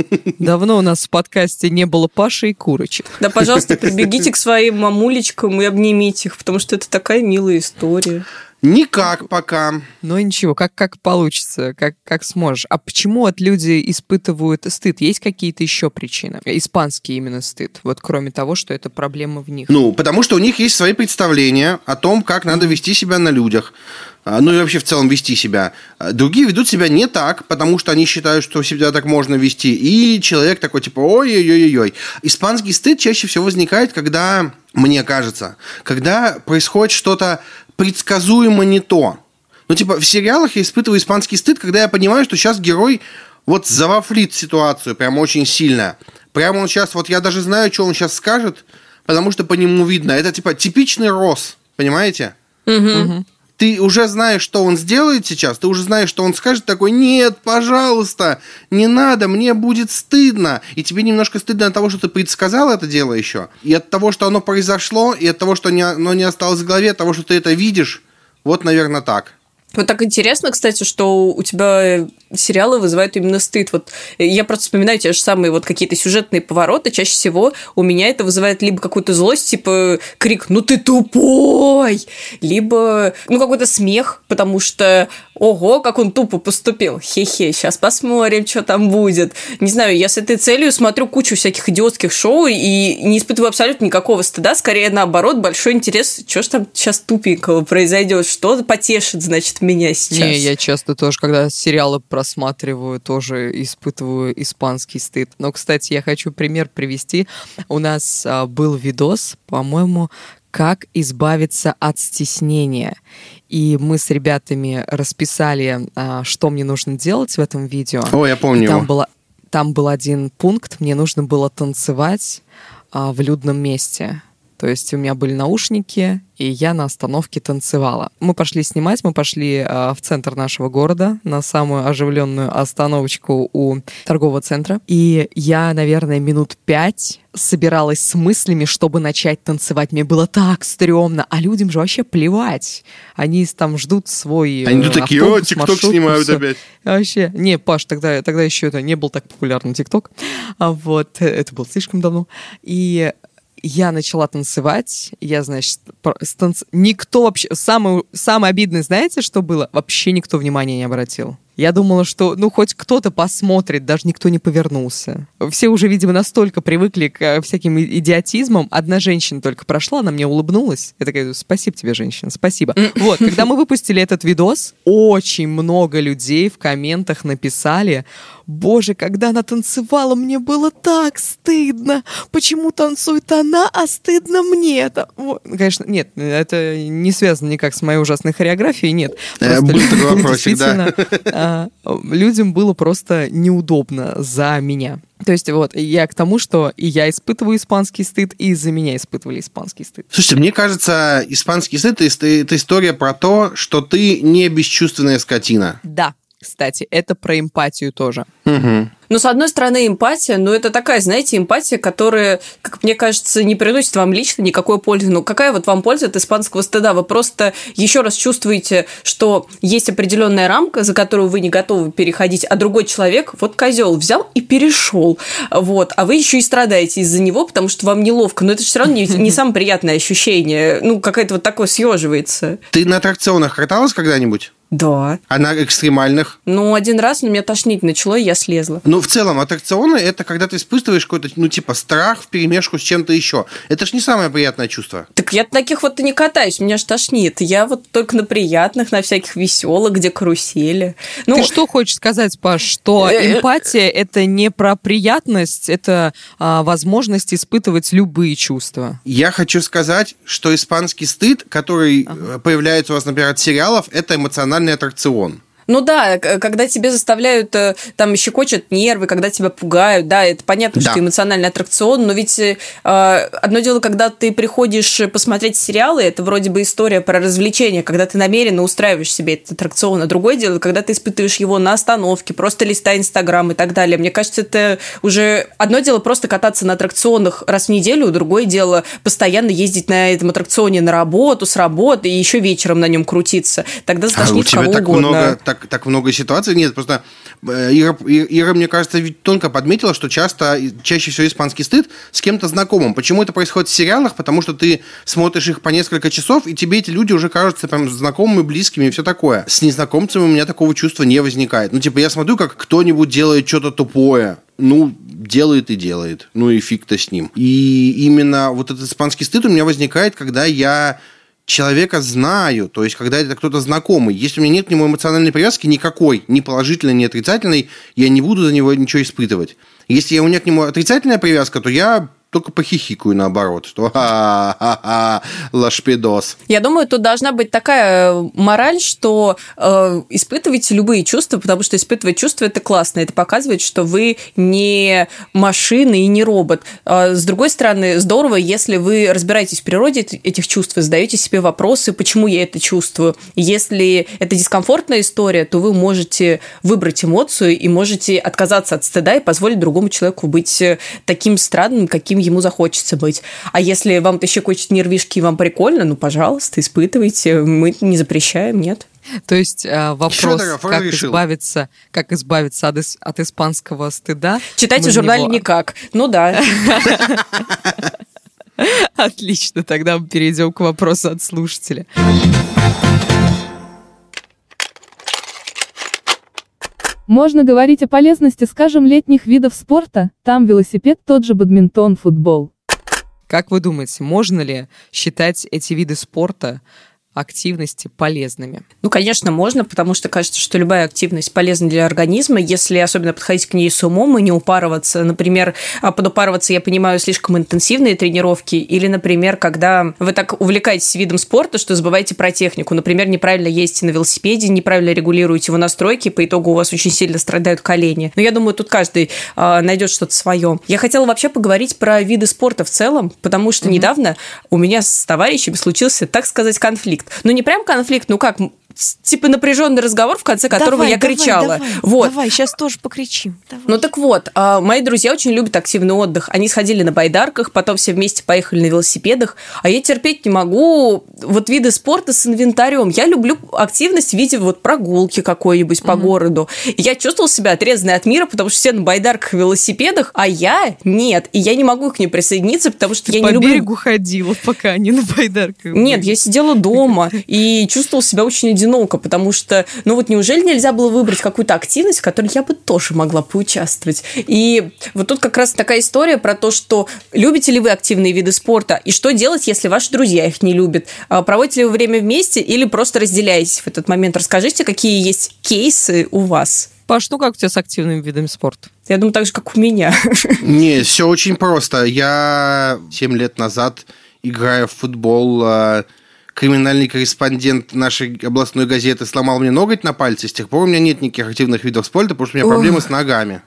Speaker 1: Давно у нас в подкасте не было Паши и курочек.
Speaker 3: Да, пожалуйста, прибегите к своим мамулечкам и обнимите их, потому что это такая милая история.
Speaker 2: Никак пока.
Speaker 1: Но ничего, как получится, как сможешь. А почему люди испытывают стыд? Есть какие-то еще причины? Испанский именно стыд. Кроме того, что это проблема в них.
Speaker 2: Потому что у них есть свои представления о том, как надо вести себя на людях. И вообще в целом вести себя. Другие ведут себя не так, потому что они считают, что себя так можно вести. И человек такой, ой-ой-ой-ой. Испанский стыд чаще всего возникает, когда, мне кажется, когда происходит что-то предсказуемо не то. В сериалах я испытываю испанский стыд, когда я понимаю, что сейчас герой завафлит ситуацию прям очень сильно. Прямо он сейчас, я даже знаю, что он сейчас скажет, потому что по нему видно. Это типичный Росс, понимаете?
Speaker 3: Угу.
Speaker 2: Ты уже знаешь, что он сделает сейчас, ты уже знаешь, что он скажет, такой, нет, пожалуйста, не надо, мне будет стыдно. И тебе немножко стыдно от того, что ты предсказал это дело еще, и от того, что оно произошло, и от того, что оно не осталось в голове, от того, что ты это видишь. Наверное, так.
Speaker 3: Так интересно, кстати, что у тебя сериалы вызывают именно стыд. Я просто вспоминаю те же самые какие-то сюжетные повороты. Чаще всего у меня это вызывает либо какую-то злость, крик «ну ты тупой!», либо какой-то смех, потому что ого, как он тупо поступил. Хе-хе, сейчас посмотрим, что там будет. Не знаю, я с этой целью смотрю кучу всяких идиотских шоу и не испытываю абсолютно никакого стыда, скорее наоборот, большой интерес, что ж там сейчас тупенького произойдет, что потешит, значит, меня сейчас.
Speaker 1: Не, я часто тоже, когда сериалы просматриваю, тоже испытываю испанский стыд. Но, кстати, я хочу пример привести. У нас был видос, по-моему, «Как избавиться от стеснения». И мы с ребятами расписали, что мне нужно делать в этом видео.
Speaker 2: О, я помню его.
Speaker 1: Там был один пункт, мне нужно было танцевать в людном месте. То есть у меня были наушники, и я на остановке танцевала. Мы пошли снимать, мы пошли в центр нашего города, на самую оживленную остановочку у торгового центра. И я, наверное, минут 5 собиралась с мыслями, чтобы начать танцевать. Мне было так стрёмно, а людям же вообще плевать. Они там ждут свой
Speaker 2: Они тут такие, о, ТикТок снимают
Speaker 1: всё.
Speaker 2: опять.
Speaker 1: Вообще, не, Паш, тогда еще это не был так популярный ТикТок. Вот, это было слишком давно. И я начала танцевать, я, значит, никто вообще... Самое обидное, знаете, что было? Вообще никто внимания не обратил. Я думала, что, хоть кто-то посмотрит, даже никто не повернулся. Все уже, видимо, настолько привыкли к всяким идиотизмам. Одна женщина только прошла, она мне улыбнулась. Я такая, спасибо тебе, женщина, спасибо. Вот, когда мы выпустили этот видос, очень много людей в комментах написали: боже, когда она танцевала, мне было так стыдно. Почему танцует она, а стыдно мне? Конечно, нет, это не связано никак с моей ужасной хореографией, нет.
Speaker 2: Был такой вопросик, да.
Speaker 1: Людям было просто неудобно за меня. То есть вот, я к тому, что и я испытываю испанский стыд, и из-за меня испытывали испанский стыд.
Speaker 2: Слушайте, мне кажется, испанский стыд – это история про то, что ты не бесчувственная скотина.
Speaker 1: Да, кстати, это про эмпатию тоже.
Speaker 2: Угу.
Speaker 3: Но, с одной стороны, эмпатия, это такая, знаете, эмпатия, которая, как мне кажется, не приносит вам лично никакой пользы. Какая вот вам польза от испанского стыда? Вы просто еще раз чувствуете, что есть определенная рамка, за которую вы не готовы переходить, а другой человек, вот козел, взял и перешел. Вот. А вы еще и страдаете из-за него, потому что вам неловко. Но это же все равно не самое приятное ощущение. Какое-то вот такое съеживается.
Speaker 2: Ты на аттракционах каталась когда-нибудь?
Speaker 3: Да.
Speaker 2: А на экстремальных?
Speaker 3: Один раз меня тошнить начало, и я слезла.
Speaker 2: В целом, аттракционы – это когда ты испытываешь какой-то, страх вперемешку с чем-то еще. Это ж не самое приятное чувство.
Speaker 3: Так я таких вот и не катаюсь, меня ж тошнит. Я вот только на приятных, на всяких веселых, где карусели.
Speaker 1: Ты что хочешь сказать, Паш, что эмпатия – это не про приятность, это возможность испытывать любые чувства?
Speaker 2: Я хочу сказать, что испанский стыд, который появляется у вас, например, от сериалов, это эмоциональный аттракцион.
Speaker 3: Да, когда тебе заставляют, там щекочут нервы, когда тебя пугают, да, это понятно, что эмоциональный аттракцион, но ведь одно дело, когда ты приходишь посмотреть сериалы, это вроде бы история про развлечение, когда ты намеренно устраиваешь себе этот аттракцион, а другое дело, когда ты испытываешь его на остановке, просто листая Инстаграм и так далее. Мне кажется, это уже одно дело просто кататься на аттракционах раз в неделю, другое дело постоянно ездить на этом аттракционе на работу, с работы и еще вечером на нем крутиться. Тогда стошнит кого угодно.
Speaker 2: Так много ситуаций. Нет, просто Ира, мне кажется, тонко подметила, что чаще всего испанский стыд с кем-то знакомым. Почему это происходит в сериалах? Потому что ты смотришь их по несколько часов, и тебе эти люди уже кажутся прям знакомыми, близкими и все такое. С незнакомцами у меня такого чувства не возникает. Я смотрю, как кто-нибудь делает что-то тупое. Делает и делает. И фиг-то с ним. И именно вот этот испанский стыд у меня возникает, когда я человека знаю, то есть когда это кто-то знакомый. Если у меня нет к нему эмоциональной привязки никакой, ни положительной, ни отрицательной, я не буду за него ничего испытывать. Если у меня к нему отрицательная привязка, то я только похихикаю наоборот, что лашпидос.
Speaker 3: Я думаю, тут должна быть такая мораль, что испытывайте любые чувства, потому что испытывать чувства – это классно, это показывает, что вы не машина и не робот. С другой стороны, здорово, если вы разбираетесь в природе этих чувств и задаете себе вопросы, почему я это чувствую. Если это дискомфортная история, то вы можете выбрать эмоцию и можете отказаться от стыда и позволить другому человеку быть таким странным, каким ему захочется быть. А если вам-то щекочет нервишки и вам прикольно, пожалуйста, испытывайте. Мы не запрещаем, нет.
Speaker 1: То есть вопрос, как избавиться от испанского стыда.
Speaker 3: Читайте в журнале «Никак». Да.
Speaker 1: Отлично, тогда мы перейдем к вопросу от слушателя.
Speaker 4: Можно говорить о полезности, скажем, летних видов спорта, там велосипед, тот же бадминтон, футбол.
Speaker 1: Как вы думаете, можно ли считать эти виды спорта, активности полезными?
Speaker 3: Ну, конечно, можно, потому что кажется, что любая активность полезна для организма, если особенно подходить к ней с умом и не упарываться. Например, под упарываться я понимаю слишком интенсивные тренировки, или, например, когда вы так увлекаетесь видом спорта, что забываете про технику. Например, неправильно ездите на велосипеде, неправильно регулируете его настройки, по итогу у вас очень сильно страдают колени. Но я думаю, тут каждый найдет что-то свое. Я хотела вообще поговорить про виды спорта в целом, потому что недавно у меня с товарищами случился, так сказать, конфликт. Ну, не прям конфликт, ну как, типа напряженный разговор, в конце которого я кричала.
Speaker 1: Давай, сейчас тоже покричим. Давай.
Speaker 3: Ну так вот, мои друзья очень любят активный отдых. Они сходили на байдарках, потом все вместе поехали на велосипедах. А я терпеть не могу вот виды спорта с инвентарем. Я люблю активность в виде вот прогулки какой-нибудь по городу. И я чувствовала себя отрезанной от мира, потому что все на байдарках и велосипедах, а я нет. И я не могу к ним присоединиться, потому что я не люблю...
Speaker 1: По берегу ходила, пока они на байдарках.
Speaker 3: Нет, я сидела дома и чувствовала себя очень одиноко, потому что, ну вот неужели нельзя было выбрать какую-то активность, в которой я бы тоже могла поучаствовать? И вот тут как раз такая история про то, что любите ли вы активные виды спорта, и что делать, если ваши друзья их не любят? Проводите ли вы время вместе или просто разделяетесь в этот момент? Расскажите, какие есть кейсы у вас.
Speaker 1: Паш, ну как у тебя с активными видами спорта?
Speaker 3: Я думаю, так же, как у меня.
Speaker 2: Не, все очень просто. Я 7 лет назад, играя в футбол, криминальный корреспондент нашей областной газеты сломал мне ноготь на пальце. С тех пор у меня нет никаких активных видов спорта, потому что у меня проблемы с ногами.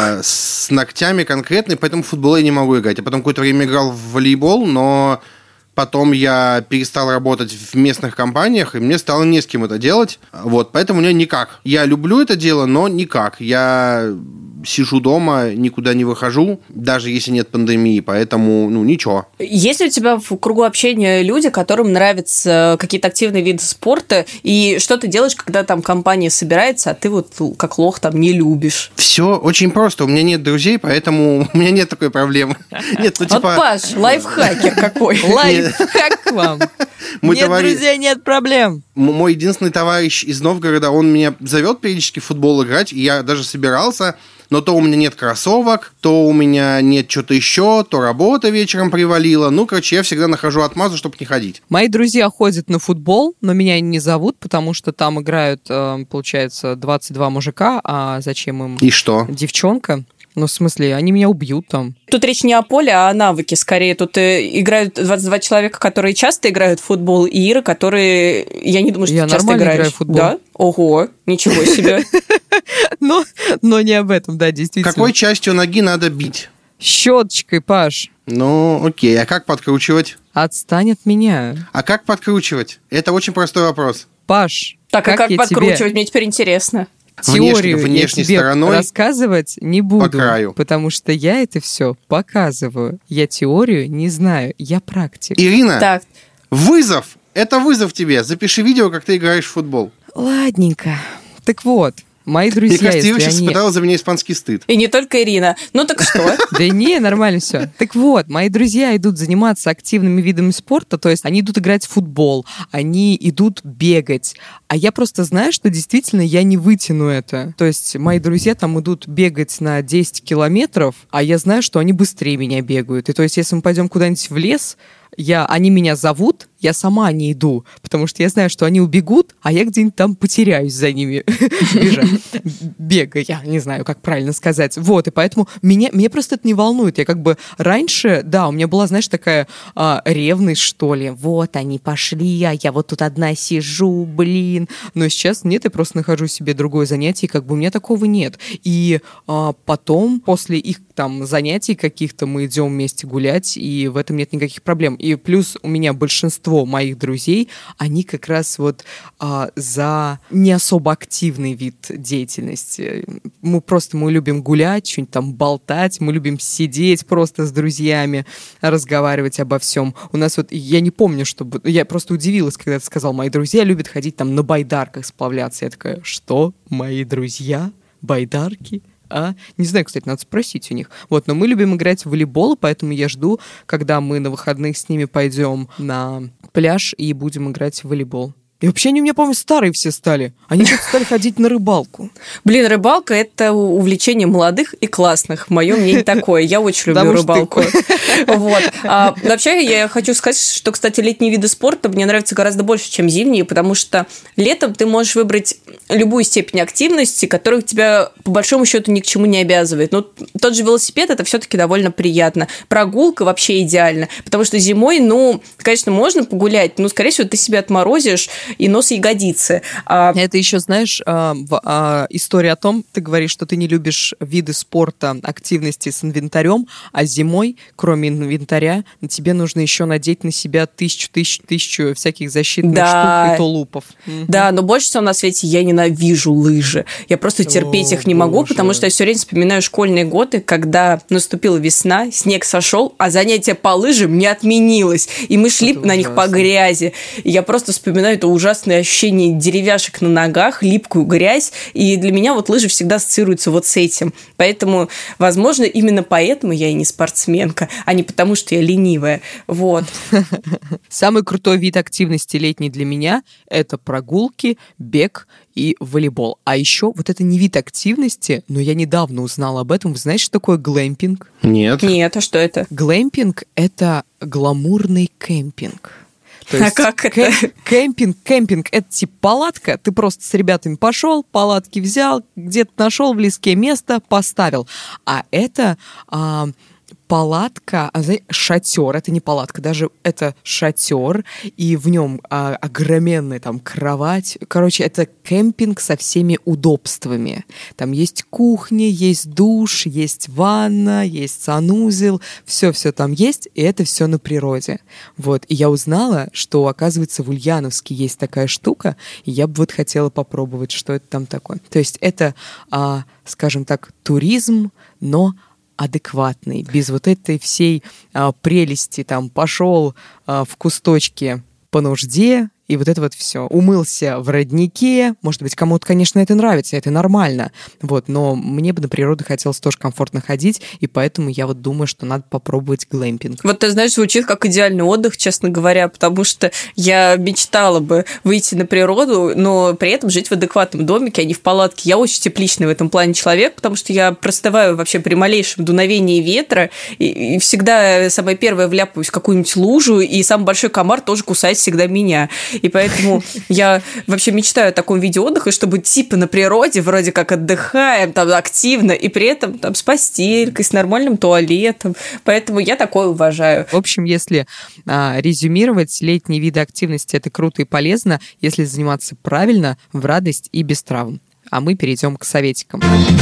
Speaker 2: С ногтями конкретно, и поэтому в футбол я не могу играть. Я потом какое-то время играл в волейбол, но потом я перестал работать в местных компаниях, и мне стало не с кем это делать. Вот, поэтому у меня никак. Я люблю это дело, но никак. Я сижу дома, никуда не выхожу, даже если нет пандемии, поэтому, ну, ничего.
Speaker 3: Есть ли у тебя в кругу общения люди, которым нравятся какие-то активные виды спорта, и что ты делаешь, когда там компания собирается, а ты вот как лох там не любишь?
Speaker 2: Все очень просто. У меня нет друзей, поэтому у меня нет такой проблемы. Нет, ну, типа...
Speaker 3: Вот Паш, лайфхакер какой.
Speaker 1: Лайфхак к вам. Нет друзей, нет проблем.
Speaker 2: Мой единственный товарищ из Новгорода, он меня зовет периодически в футбол играть, и я даже собирался, но то у меня нет кроссовок, то у меня нет что-то еще, то работа вечером привалила. Ну, короче, я всегда нахожу отмазу, чтобы не ходить.
Speaker 1: Мои друзья ходят на футбол, но меня не зовут, потому что там играют, получается, 22 мужика, а зачем им...
Speaker 2: И что?
Speaker 1: Девчонка. Ну, в смысле, они меня убьют там.
Speaker 3: Тут речь не о поле, а о навыке скорее. Тут играют 22 человека, которые часто играют в футбол, и Ира, которые... Я не думаю, что ты часто играешь.
Speaker 1: Играю в футбол.
Speaker 3: Да? Ого, ничего себе.
Speaker 1: Но не об этом, да, действительно.
Speaker 2: Какой частью ноги надо бить?
Speaker 1: Щеточкой, Паш.
Speaker 2: Ну, окей. А как подкручивать?
Speaker 1: Отстань от меня.
Speaker 2: А как подкручивать? Это очень простой вопрос.
Speaker 1: Паш,
Speaker 3: так, а как подкручивать? Мне теперь интересно.
Speaker 1: Теорию
Speaker 2: внешней
Speaker 1: я тебе
Speaker 2: стороной
Speaker 1: рассказывать не буду,
Speaker 2: по краю.
Speaker 1: Потому что я это все показываю. Я теорию не знаю, я практик.
Speaker 2: Ирина,
Speaker 3: так.
Speaker 2: Вызов! Это вызов тебе. Запиши видео, как ты играешь в футбол.
Speaker 1: Ладненько. Так вот, мои друзья,
Speaker 2: мне кажется, Ира сейчас
Speaker 1: они...
Speaker 2: испытала за меня испанский стыд.
Speaker 3: И не только Ирина. Ну так что?
Speaker 1: Да не, нормально все. Так вот, мои друзья идут заниматься активными видами спорта, то есть они идут играть в футбол, они идут бегать. А я просто знаю, что действительно я не вытяну это. То есть мои друзья там идут бегать на 10 километров, а я знаю, что они быстрее меня бегают. И то есть если мы пойдем куда-нибудь в лес, они меня зовут, я сама не иду, потому что я знаю, что они убегут, а я где-нибудь там потеряюсь за ними, бегая, не знаю, как правильно сказать. Вот, и поэтому меня просто это не волнует. Я как бы раньше, да, у меня была, знаешь, такая ревность, что ли. Вот они пошли, а я вот тут одна сижу, блин. Но сейчас нет, я просто нахожу себе другое занятие, и как бы у меня такого нет. И потом, после их там занятий каких-то, мы идем вместе гулять, и в этом нет никаких проблем. И плюс у меня большинство моих друзей, они как раз вот за не особо активный вид деятельности. Мы любим гулять, что-нибудь там болтать, мы любим сидеть просто с друзьями, разговаривать обо всем. У нас вот, я не помню, чтобы... Я просто удивилась, когда ты сказал, мои друзья любят ходить там на байдарках сплавляться. Я такая, что? Мои друзья? Байдарки? Не знаю, кстати, надо спросить у них. Вот, но мы любим играть в волейбол, поэтому я жду, когда мы на выходных с ними пойдем на пляж и будем играть в волейбол. И вообще они у меня, по-моему, старые все стали. Они что-то стали ходить на рыбалку.
Speaker 3: Блин, рыбалка – это увлечение молодых и классных. Мое мнение такое. Я очень люблю рыбалку. Вот. Вообще, я хочу сказать, что, кстати, летние виды спорта мне нравятся гораздо больше, чем зимние, потому что летом ты можешь выбрать любую степень активности, которая тебя, по большому счету, ни к чему не обязывает. Но тот же велосипед – это все-таки довольно приятно. Прогулка вообще идеальна, потому что зимой, конечно, можно погулять, но, скорее всего, ты себя отморозишь, и нос, и ягодицы.
Speaker 1: Это еще, знаешь, история о том, ты говоришь, что ты не любишь виды спорта, активности с инвентарем, а зимой, кроме инвентаря, тебе нужно еще надеть на себя тысячу всяких защитных штук и тулупов.
Speaker 3: Да, но больше всего на свете я ненавижу лыжи. Я просто терпеть их не могу, потому что я все время вспоминаю школьные годы, когда наступила весна, снег сошел, а занятие по лыжам не отменилось, и мы шли на них по грязи. И я просто вспоминаю это ужасное ощущение деревяшек на ногах, липкую грязь, и для меня вот лыжи всегда ассоциируются вот с этим. Поэтому, возможно, именно поэтому я и не спортсменка, а не потому, что я ленивая. Вот.
Speaker 1: Самый крутой вид активности летней для меня – это прогулки, бег и волейбол. А еще вот это не вид активности, но я недавно узнала об этом. Вы знаете, что такое глэмпинг?
Speaker 2: Нет.
Speaker 3: Нет, а что это?
Speaker 1: Глэмпинг – это гламурный кемпинг. То есть
Speaker 3: как это?
Speaker 1: Кемпинг – это типа палатка. Ты просто с ребятами пошел, палатки взял, где-то нашел в леске место, поставил. А это палатка, шатер, это не палатка, даже это шатер, и в нем огроменная там кровать. Короче, это кемпинг со всеми удобствами. Там есть кухня, есть душ, есть ванна, есть санузел, все там есть, и это все на природе. Вот, и я узнала, что, оказывается, в Ульяновске есть такая штука, и я бы вот хотела попробовать, что это там такое. То есть это, скажем так, туризм, но адекватный, без вот этой всей прелести, там, пошел в кусточке по нужде, и вот это вот все. Умылся в роднике. Может быть, кому-то, конечно, это нравится, это нормально. Вот, но мне бы на природу хотелось тоже комфортно ходить, и поэтому я вот думаю, что надо попробовать глэмпинг.
Speaker 3: Вот, ты знаешь, звучит как идеальный отдых, честно говоря, потому что я мечтала бы выйти на природу, но при этом жить в адекватном домике, а не в палатке. Я очень тепличный в этом плане человек, потому что я простываю вообще при малейшем дуновении ветра, и всегда самое первое вляпаюсь в какую-нибудь лужу, и самый большой комар тоже кусает всегда меня. И поэтому я вообще мечтаю о таком виде отдыха, чтобы типа на природе вроде как отдыхаем, там активно, и при этом там с постелькой, с нормальным туалетом. Поэтому я такое уважаю.
Speaker 1: В общем, если резюмировать, летние виды активности – это круто и полезно, если заниматься правильно, в радость и без травм. А мы перейдем к советикам.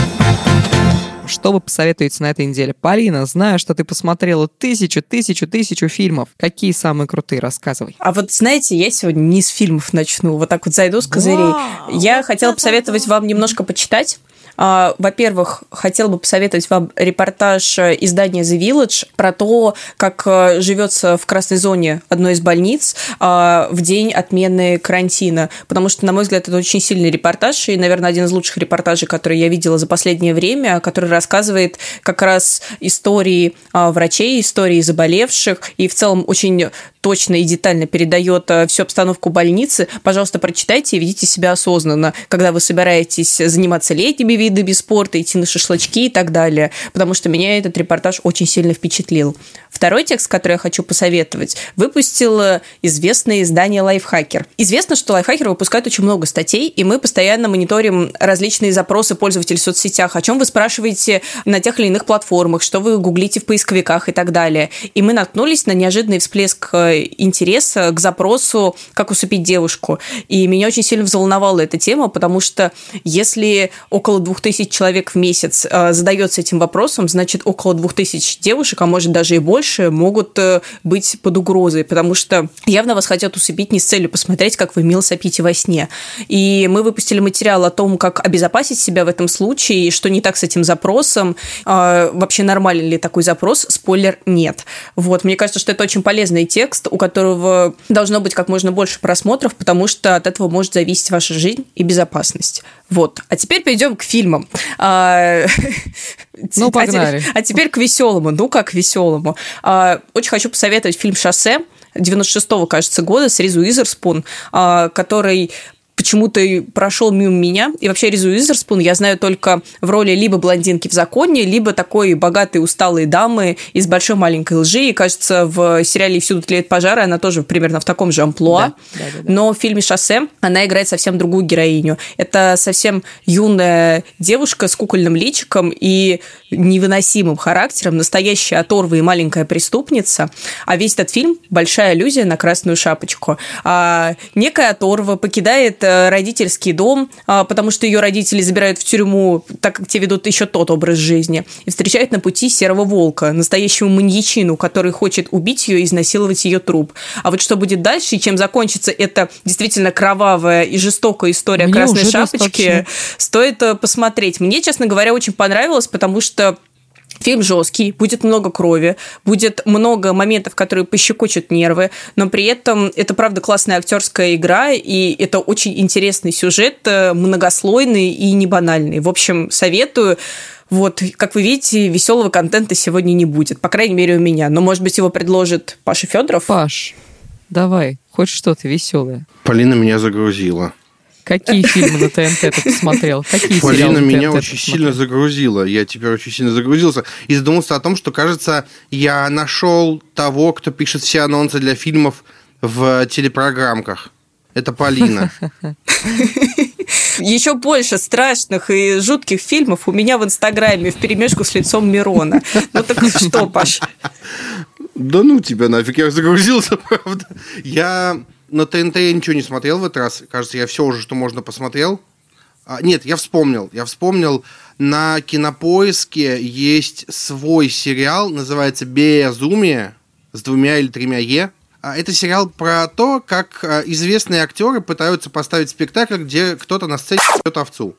Speaker 1: Что вы посоветуете на этой неделе? Полина, знаю, что ты посмотрела тысячу фильмов. Какие самые крутые? Рассказывай.
Speaker 3: А вот, знаете, я сегодня не с фильмов начну, вот так вот зайду с козырей. Я хотела посоветовать вам немножко почитать. Во-первых, хотела бы посоветовать вам репортаж издания The Village про то, как живется в красной зоне одной из больниц в день отмены карантина. Потому что, на мой взгляд, это очень сильный репортаж, и, наверное, один из лучших репортажей, который я видела за последнее время, который рассказывает как раз истории врачей, истории заболевших, и в целом очень точно и детально передает всю обстановку больницы. Пожалуйста, прочитайте и ведите себя осознанно, когда вы собираетесь заниматься летними видами спорта, идти на шашлычки и так далее, потому что меня этот репортаж очень сильно впечатлил. Второй текст, который я хочу посоветовать, выпустил известное издание Lifehacker. Известно, что Lifehacker выпускает очень много статей, и мы постоянно мониторим различные запросы пользователей в соцсетях, о чем вы спрашиваете на тех или иных платформах, что вы гуглите в поисковиках и так далее. И мы наткнулись на неожиданный всплеск интереса к запросу «Как усыпить девушку». И меня очень сильно взволновала эта тема, потому что если около 2000 человек в месяц задается этим вопросом, значит, около 2000 девушек, а может даже и больше, могут быть под угрозой, потому что явно вас хотят усыпить не с целью посмотреть, как вы мило сопите во сне. И мы выпустили материал о том, как обезопасить себя в этом случае, и что не так с этим запросом, вообще нормален ли такой запрос, спойлер, нет. Вот, мне кажется, что это очень полезный текст, у которого должно быть как можно больше просмотров, потому что от этого может зависеть ваша жизнь и безопасность. Вот. А теперь перейдем к фильмам.
Speaker 1: Ну, погнали.
Speaker 3: А теперь к веселому. Ну, как к веселому. Очень хочу посоветовать фильм «Шоссе». 96-го, кажется, года с Риз Уизерспун, который почему-то прошел мимо меня. И вообще Ризу Уизерспун я знаю только в роли либо блондинки в «Законе», либо такой богатой усталой дамы из «Большой маленькой лжи». И, кажется, в сериале «Всюду тлеют пожары» она тоже примерно в таком же амплуа. Да. Но в фильме «Шоссе» она играет совсем другую героиню. Это совсем юная девушка с кукольным личиком и невыносимым характером, настоящая оторва и маленькая преступница. А весь этот фильм – большая аллюзия на «Красную шапочку». Некая оторва покидает родительский дом, потому что ее родители забирают в тюрьму, так как те ведут еще тот образ жизни, и встречают на пути серого волка, настоящего маньячину, который хочет убить ее и изнасиловать ее труп. А вот что будет дальше и чем закончится эта действительно кровавая и жестокая история «Красной шапочки», стоит посмотреть. Мне, честно говоря, очень понравилось, потому что фильм жесткий, будет много крови, будет много моментов, которые пощекочут нервы, но при этом это, правда, классная актерская игра, и это очень интересный сюжет, многослойный и не банальный. В общем, советую. Вот, как вы видите, веселого контента сегодня не будет, по крайней мере, у меня. Но, может быть, его предложит Паша Федоров.
Speaker 1: Паш, давай, хоть что-то веселое.
Speaker 2: Полина меня загрузила.
Speaker 1: Какие фильмы на ТНТ ты посмотрел? Какие
Speaker 2: Полина
Speaker 1: сериалы
Speaker 2: меня очень сильно загрузила. Я теперь очень сильно загрузился. И задумался о том, что, кажется, я нашел того, кто пишет все анонсы для фильмов в телепрограммках. Это Полина.
Speaker 3: Еще больше страшных и жутких фильмов у меня в Инстаграме вперемешку с лицом Мирона. Ну так что, Паш?
Speaker 2: Да ну тебя нафиг, я загрузился, правда. Я на ТНТ ничего не смотрел в этот раз. Кажется, я все уже, что можно, посмотрел. Нет, я вспомнил. На Кинопоиске есть свой сериал, называется «Безумие», с 2 или 3 «е». Это сериал про то, как известные актеры пытаются поставить спектакль, где кто-то на сцене бьет овцу.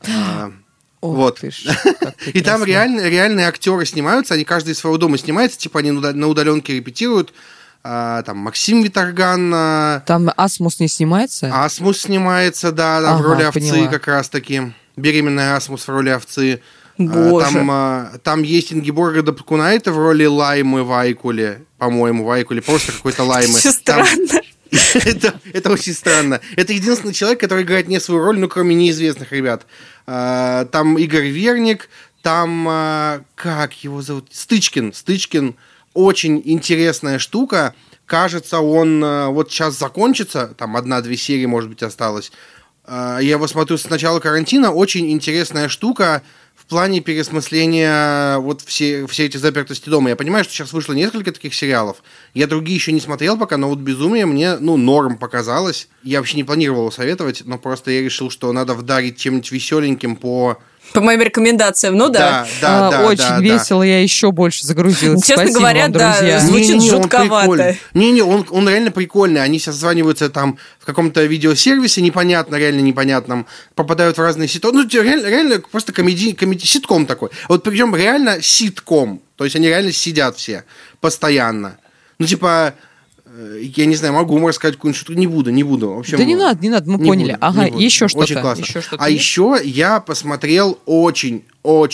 Speaker 2: Вот. И там реальные актеры снимаются, они каждый из своего дома снимается, типа они на удаленке репетируют. Там Максим Виторган.
Speaker 1: Там Асмус не снимается?
Speaker 2: Асмус снимается, да, в роли овцы, поняла. Как раз-таки. Беременная Асмус в роли овцы. Там есть Ингеборга Дапкунайте в роли Лаймы Вайкуле, по-моему, Вайкуле, просто какой-то Лаймы.
Speaker 3: Странно.
Speaker 2: Это очень странно. Это единственный человек, который играет не свою роль, ну, кроме неизвестных ребят. Там Игорь Верник, там, как его зовут? Стычкин. Очень интересная штука. Кажется, он вот сейчас закончится. Там 1-2 серии, может быть, осталось. Я его смотрю с начала карантина. Очень интересная штука в плане переосмысления вот все эти запертости дома. Я понимаю, что сейчас вышло несколько таких сериалов. Я другие еще не смотрел пока, но вот «Безумие» мне, норм показалось. Я вообще не планировал его советовать, но просто я решил, что надо вдарить чем-нибудь веселеньким по
Speaker 3: моим рекомендациям,
Speaker 2: Да,
Speaker 1: очень весело, я еще больше загрузилась.
Speaker 3: Честно
Speaker 1: Спасибо
Speaker 3: говоря,
Speaker 1: вам, друзья.
Speaker 3: звучит жутковато.
Speaker 2: Он реально прикольный. Они сейчас созваниваются там в каком-то видеосервисе реально непонятном, попадают в разные ситуации. Реально просто ситком такой. Вот причем реально ситком. То есть они реально сидят все постоянно. Я не знаю, могу рассказать какую-нибудь шутку. Не буду. В общем,
Speaker 1: да не надо, мы поняли. Ага, еще что-то.
Speaker 2: Очень классно. Еще я посмотрел очень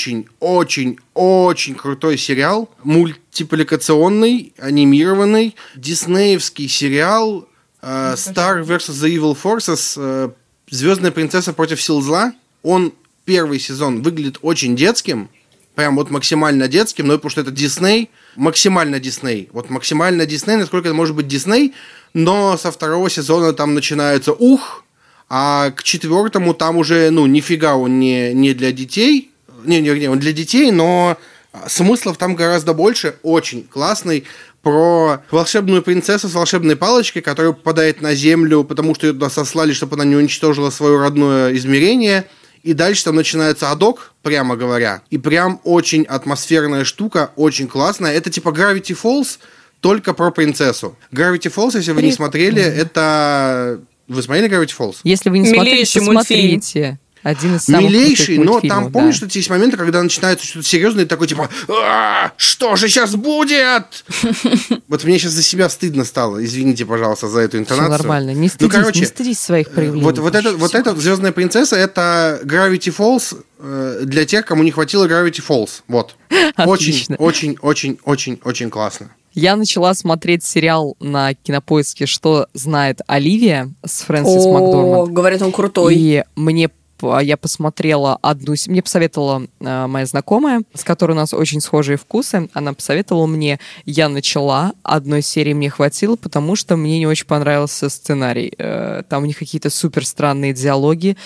Speaker 2: крутой сериал, мультипликационный, анимированный, диснеевский сериал Star vs. The Evil Forces, «Звездная принцесса против сил зла». Он, первый сезон, выглядит очень детским, прям вот максимально детским, но потому что это Дисней, максимально Дисней. Вот максимально Дисней, насколько это может быть Дисней, но со 2 сезона там начинается а к 4 там уже, нифига он не для детей, он для детей, но смыслов там гораздо больше, очень классный, про волшебную принцессу с волшебной палочкой, которая попадает на Землю, потому что ее туда сослали, чтобы она не уничтожила свое родное измерение. И дальше там начинается адок, прямо говоря. И прям очень атмосферная штука, очень классная. Это типа Gravity Falls, только про принцессу. Gravity Falls, если вы не смотрели, это... Вы смотрели Gravity Falls?
Speaker 1: Если вы не смотрели, то смотрите. Один из самых
Speaker 2: милейший, но там, помнишь, что есть моменты, когда начинается что-то серьезное, и такой, типа, что же сейчас будет? Вот мне сейчас за себя стыдно стало. Извините, пожалуйста, за эту интонацию.
Speaker 1: Все нормально. Не стыдись своих проявлений.
Speaker 2: Вот эта «Звездная принцесса» — это Gravity Falls для тех, кому не хватило Gravity Falls. Вот. Очень классно.
Speaker 1: Я начала смотреть сериал на Кинопоиске «Что знает Оливия» с Фрэнсис Макдорманд.
Speaker 3: Говорят, он крутой.
Speaker 1: И я посмотрела мне посоветовала моя знакомая, с которой у нас очень схожие вкусы. Она посоветовала мне, я начала, одной серии мне хватило, потому что мне не очень понравился сценарий. Там у них какие-то супер странные диалоги,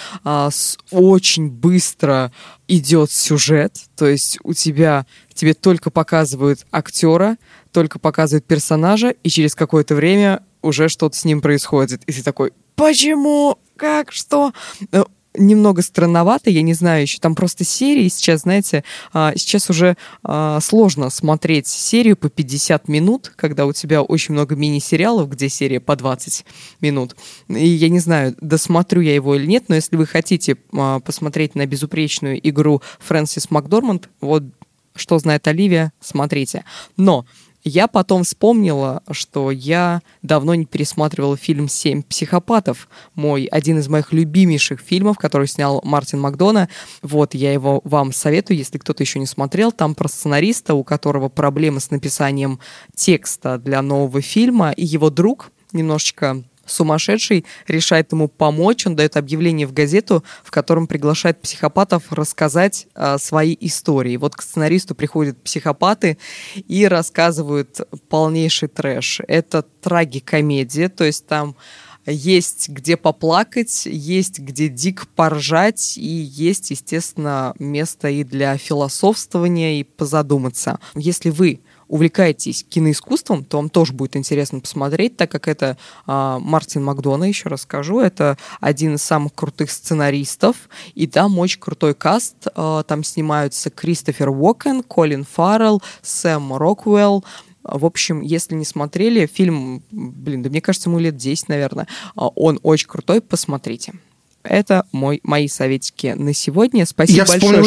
Speaker 1: очень быстро идет сюжет, то есть тебе только показывают актера, только показывают персонажа, и через какое-то время уже что-то с ним происходит. И ты такой, почему? Как? Что? Немного странновато, я не знаю еще, там просто серии сейчас, знаете, сейчас уже сложно смотреть серию по 50 минут, когда у тебя очень много мини-сериалов, где серия по 20 минут. И я не знаю, досмотрю я его или нет, но если вы хотите посмотреть на безупречную игру Фрэнсис Макдорманд, вот «Что знает Оливия», смотрите. Но я потом вспомнила, что я давно не пересматривала фильм «Семь психопатов». Один из моих любимейших фильмов, который снял Мартин Макдона. Вот, я его вам советую, если кто-то еще не смотрел. Там про сценариста, у которого проблемы с написанием текста для нового фильма, и его друг, немножечко сумасшедший, решает ему помочь. Он дает объявление в газету, в котором приглашает психопатов рассказать свои истории. Вот к сценаристу приходят психопаты и рассказывают полнейший трэш. Это трагикомедия, то есть там есть где поплакать, есть где дико поржать, и есть, естественно, место и для философствования, и позадуматься. Если вы увлекаетесь киноискусством, то вам тоже будет интересно посмотреть, так как это Мартин Макдона, еще раз скажу, это один из самых крутых сценаристов, и там очень крутой каст, там снимаются Кристофер Уокен, Колин Фаррелл, Сэм Роквелл. В общем, если не смотрели, фильм, да мне кажется, ему лет 10, наверное, он очень крутой, посмотрите. Это мои советики на сегодня. Спасибо
Speaker 2: я
Speaker 1: большое.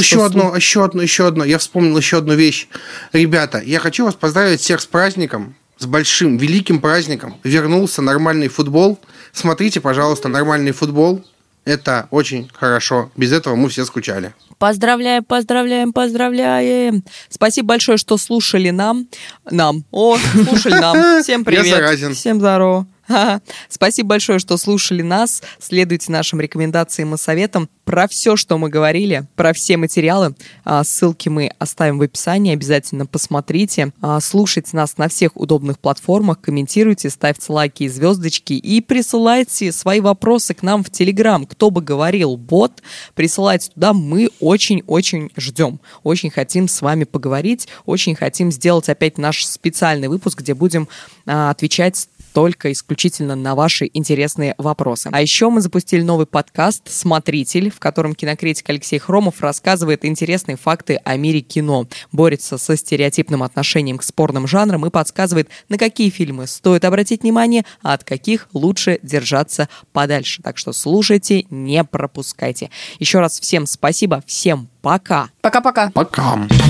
Speaker 2: Я вспомнил еще одну вещь. Ребята, я хочу вас поздравить всех с праздником, с большим, великим праздником. Вернулся нормальный футбол. Смотрите, пожалуйста, нормальный футбол. Это очень хорошо. Без этого мы все скучали.
Speaker 1: Поздравляем. Спасибо большое, что слушали нам. Слушали нам. Всем привет.
Speaker 2: Я заразен.
Speaker 1: Всем здорово. Спасибо большое, что слушали нас. Следуйте нашим рекомендациям и советам. Про все, что мы говорили, про все материалы, ссылки мы оставим в описании. Обязательно посмотрите. Слушайте нас на всех удобных платформах, комментируйте, ставьте лайки и звездочки и присылайте свои вопросы к нам в Telegram. Кто бы говорил, бот, присылайте туда. Мы очень-очень ждем. Очень хотим с вами поговорить. Очень хотим сделать опять наш специальный выпуск, где будем отвечать только исключительно на ваши интересные вопросы. А еще мы запустили новый подкаст «Смотритель», в котором кинокритик Алексей Хромов рассказывает интересные факты о мире кино, борется со стереотипным отношением к спорным жанрам и подсказывает, на какие фильмы стоит обратить внимание, а от каких лучше держаться подальше. Так что слушайте, не пропускайте. Еще раз всем спасибо, всем пока.
Speaker 3: Пока-пока.
Speaker 2: Пока.